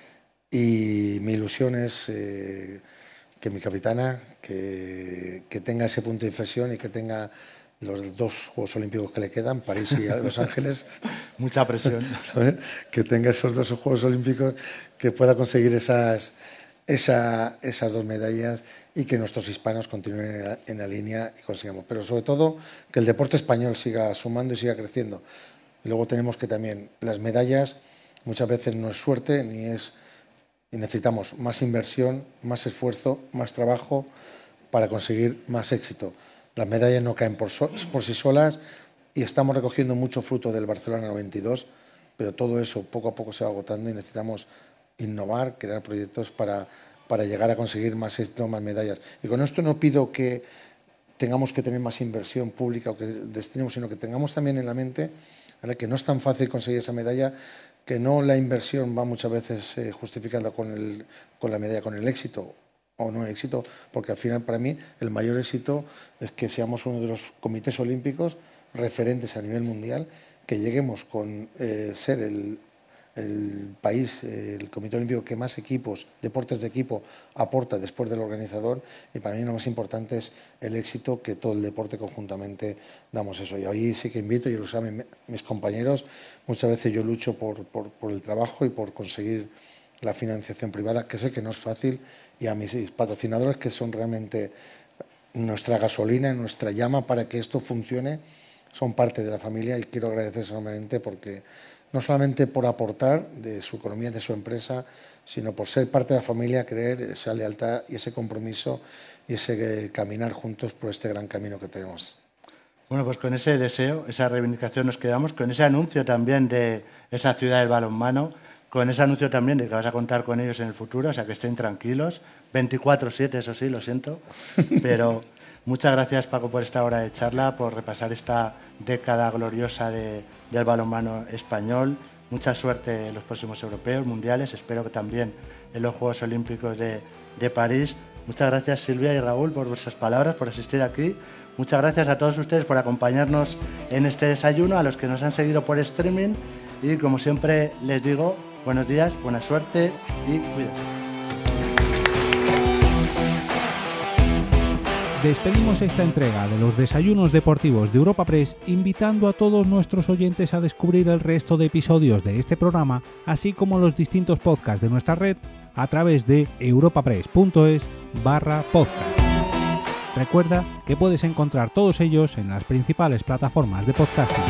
Y mi ilusión es que mi capitana que tenga ese punto de inflexión y que tenga los 2 Juegos Olímpicos que le quedan, París y Los Ángeles. Mucha presión. ¿Sabes? Que tenga esos 2 Juegos Olímpicos, que pueda conseguir esas 2 medallas y que nuestros hispanos continúen en la línea y consigamos. Pero sobre todo que el deporte español siga sumando y siga creciendo. Y luego tenemos que también las medallas muchas veces no es suerte y necesitamos más inversión, más esfuerzo, más trabajo para conseguir más éxito. Las medallas no caen por sí solas y estamos recogiendo mucho fruto del Barcelona 92, pero todo eso poco a poco se va agotando y necesitamos innovar, crear proyectos para llegar a conseguir más éxito, más medallas. Y con esto no pido que tengamos que tener más inversión pública o que destinemos, sino que tengamos también en la mente, ¿vale?, que no es tan fácil conseguir esa medalla, que no la inversión va muchas veces justificada con la medalla, con el éxito o no éxito, porque al final para mí el mayor éxito es que seamos uno de los comités olímpicos referentes a nivel mundial, que lleguemos con ser el país, el Comité Olímpico que más equipos, deportes de equipo aporta después del organizador, y para mí lo más importante es el éxito que todo el deporte conjuntamente damos eso. Y ahí sí que invito, y lo saben mis compañeros, muchas veces yo lucho por el trabajo y por conseguir la financiación privada, que sé que no es fácil, y a mis patrocinadores, que son realmente nuestra gasolina, nuestra llama para que esto funcione, son parte de la familia, y quiero agradecerles enormemente porque no solamente por aportar de su economía, de su empresa, sino por ser parte de la familia, creer esa lealtad y ese compromiso y ese caminar juntos por este gran camino que tenemos. Bueno, pues con ese deseo, esa reivindicación nos quedamos, con ese anuncio también de esa ciudad del balonmano, con ese anuncio también de que vas a contar con ellos en el futuro, o sea que estén tranquilos, 24/7, eso sí, lo siento, pero muchas gracias, Paco, por esta hora de charla, por repasar esta década gloriosa del balonmano español. Mucha suerte en los próximos europeos, mundiales, espero que también en los Juegos Olímpicos de París. Muchas gracias, Silvia y Raúl, por vuestras palabras, por asistir aquí. Muchas gracias a todos ustedes por acompañarnos en este desayuno, a los que nos han seguido por streaming, y como siempre les digo, buenos días, buena suerte y cuídense. Despedimos esta entrega de los desayunos deportivos de Europa Press, invitando a todos nuestros oyentes a descubrir el resto de episodios de este programa, así como los distintos podcasts de nuestra red, a través de europapress.es/podcast. Recuerda que puedes encontrar todos ellos en las principales plataformas de podcasting.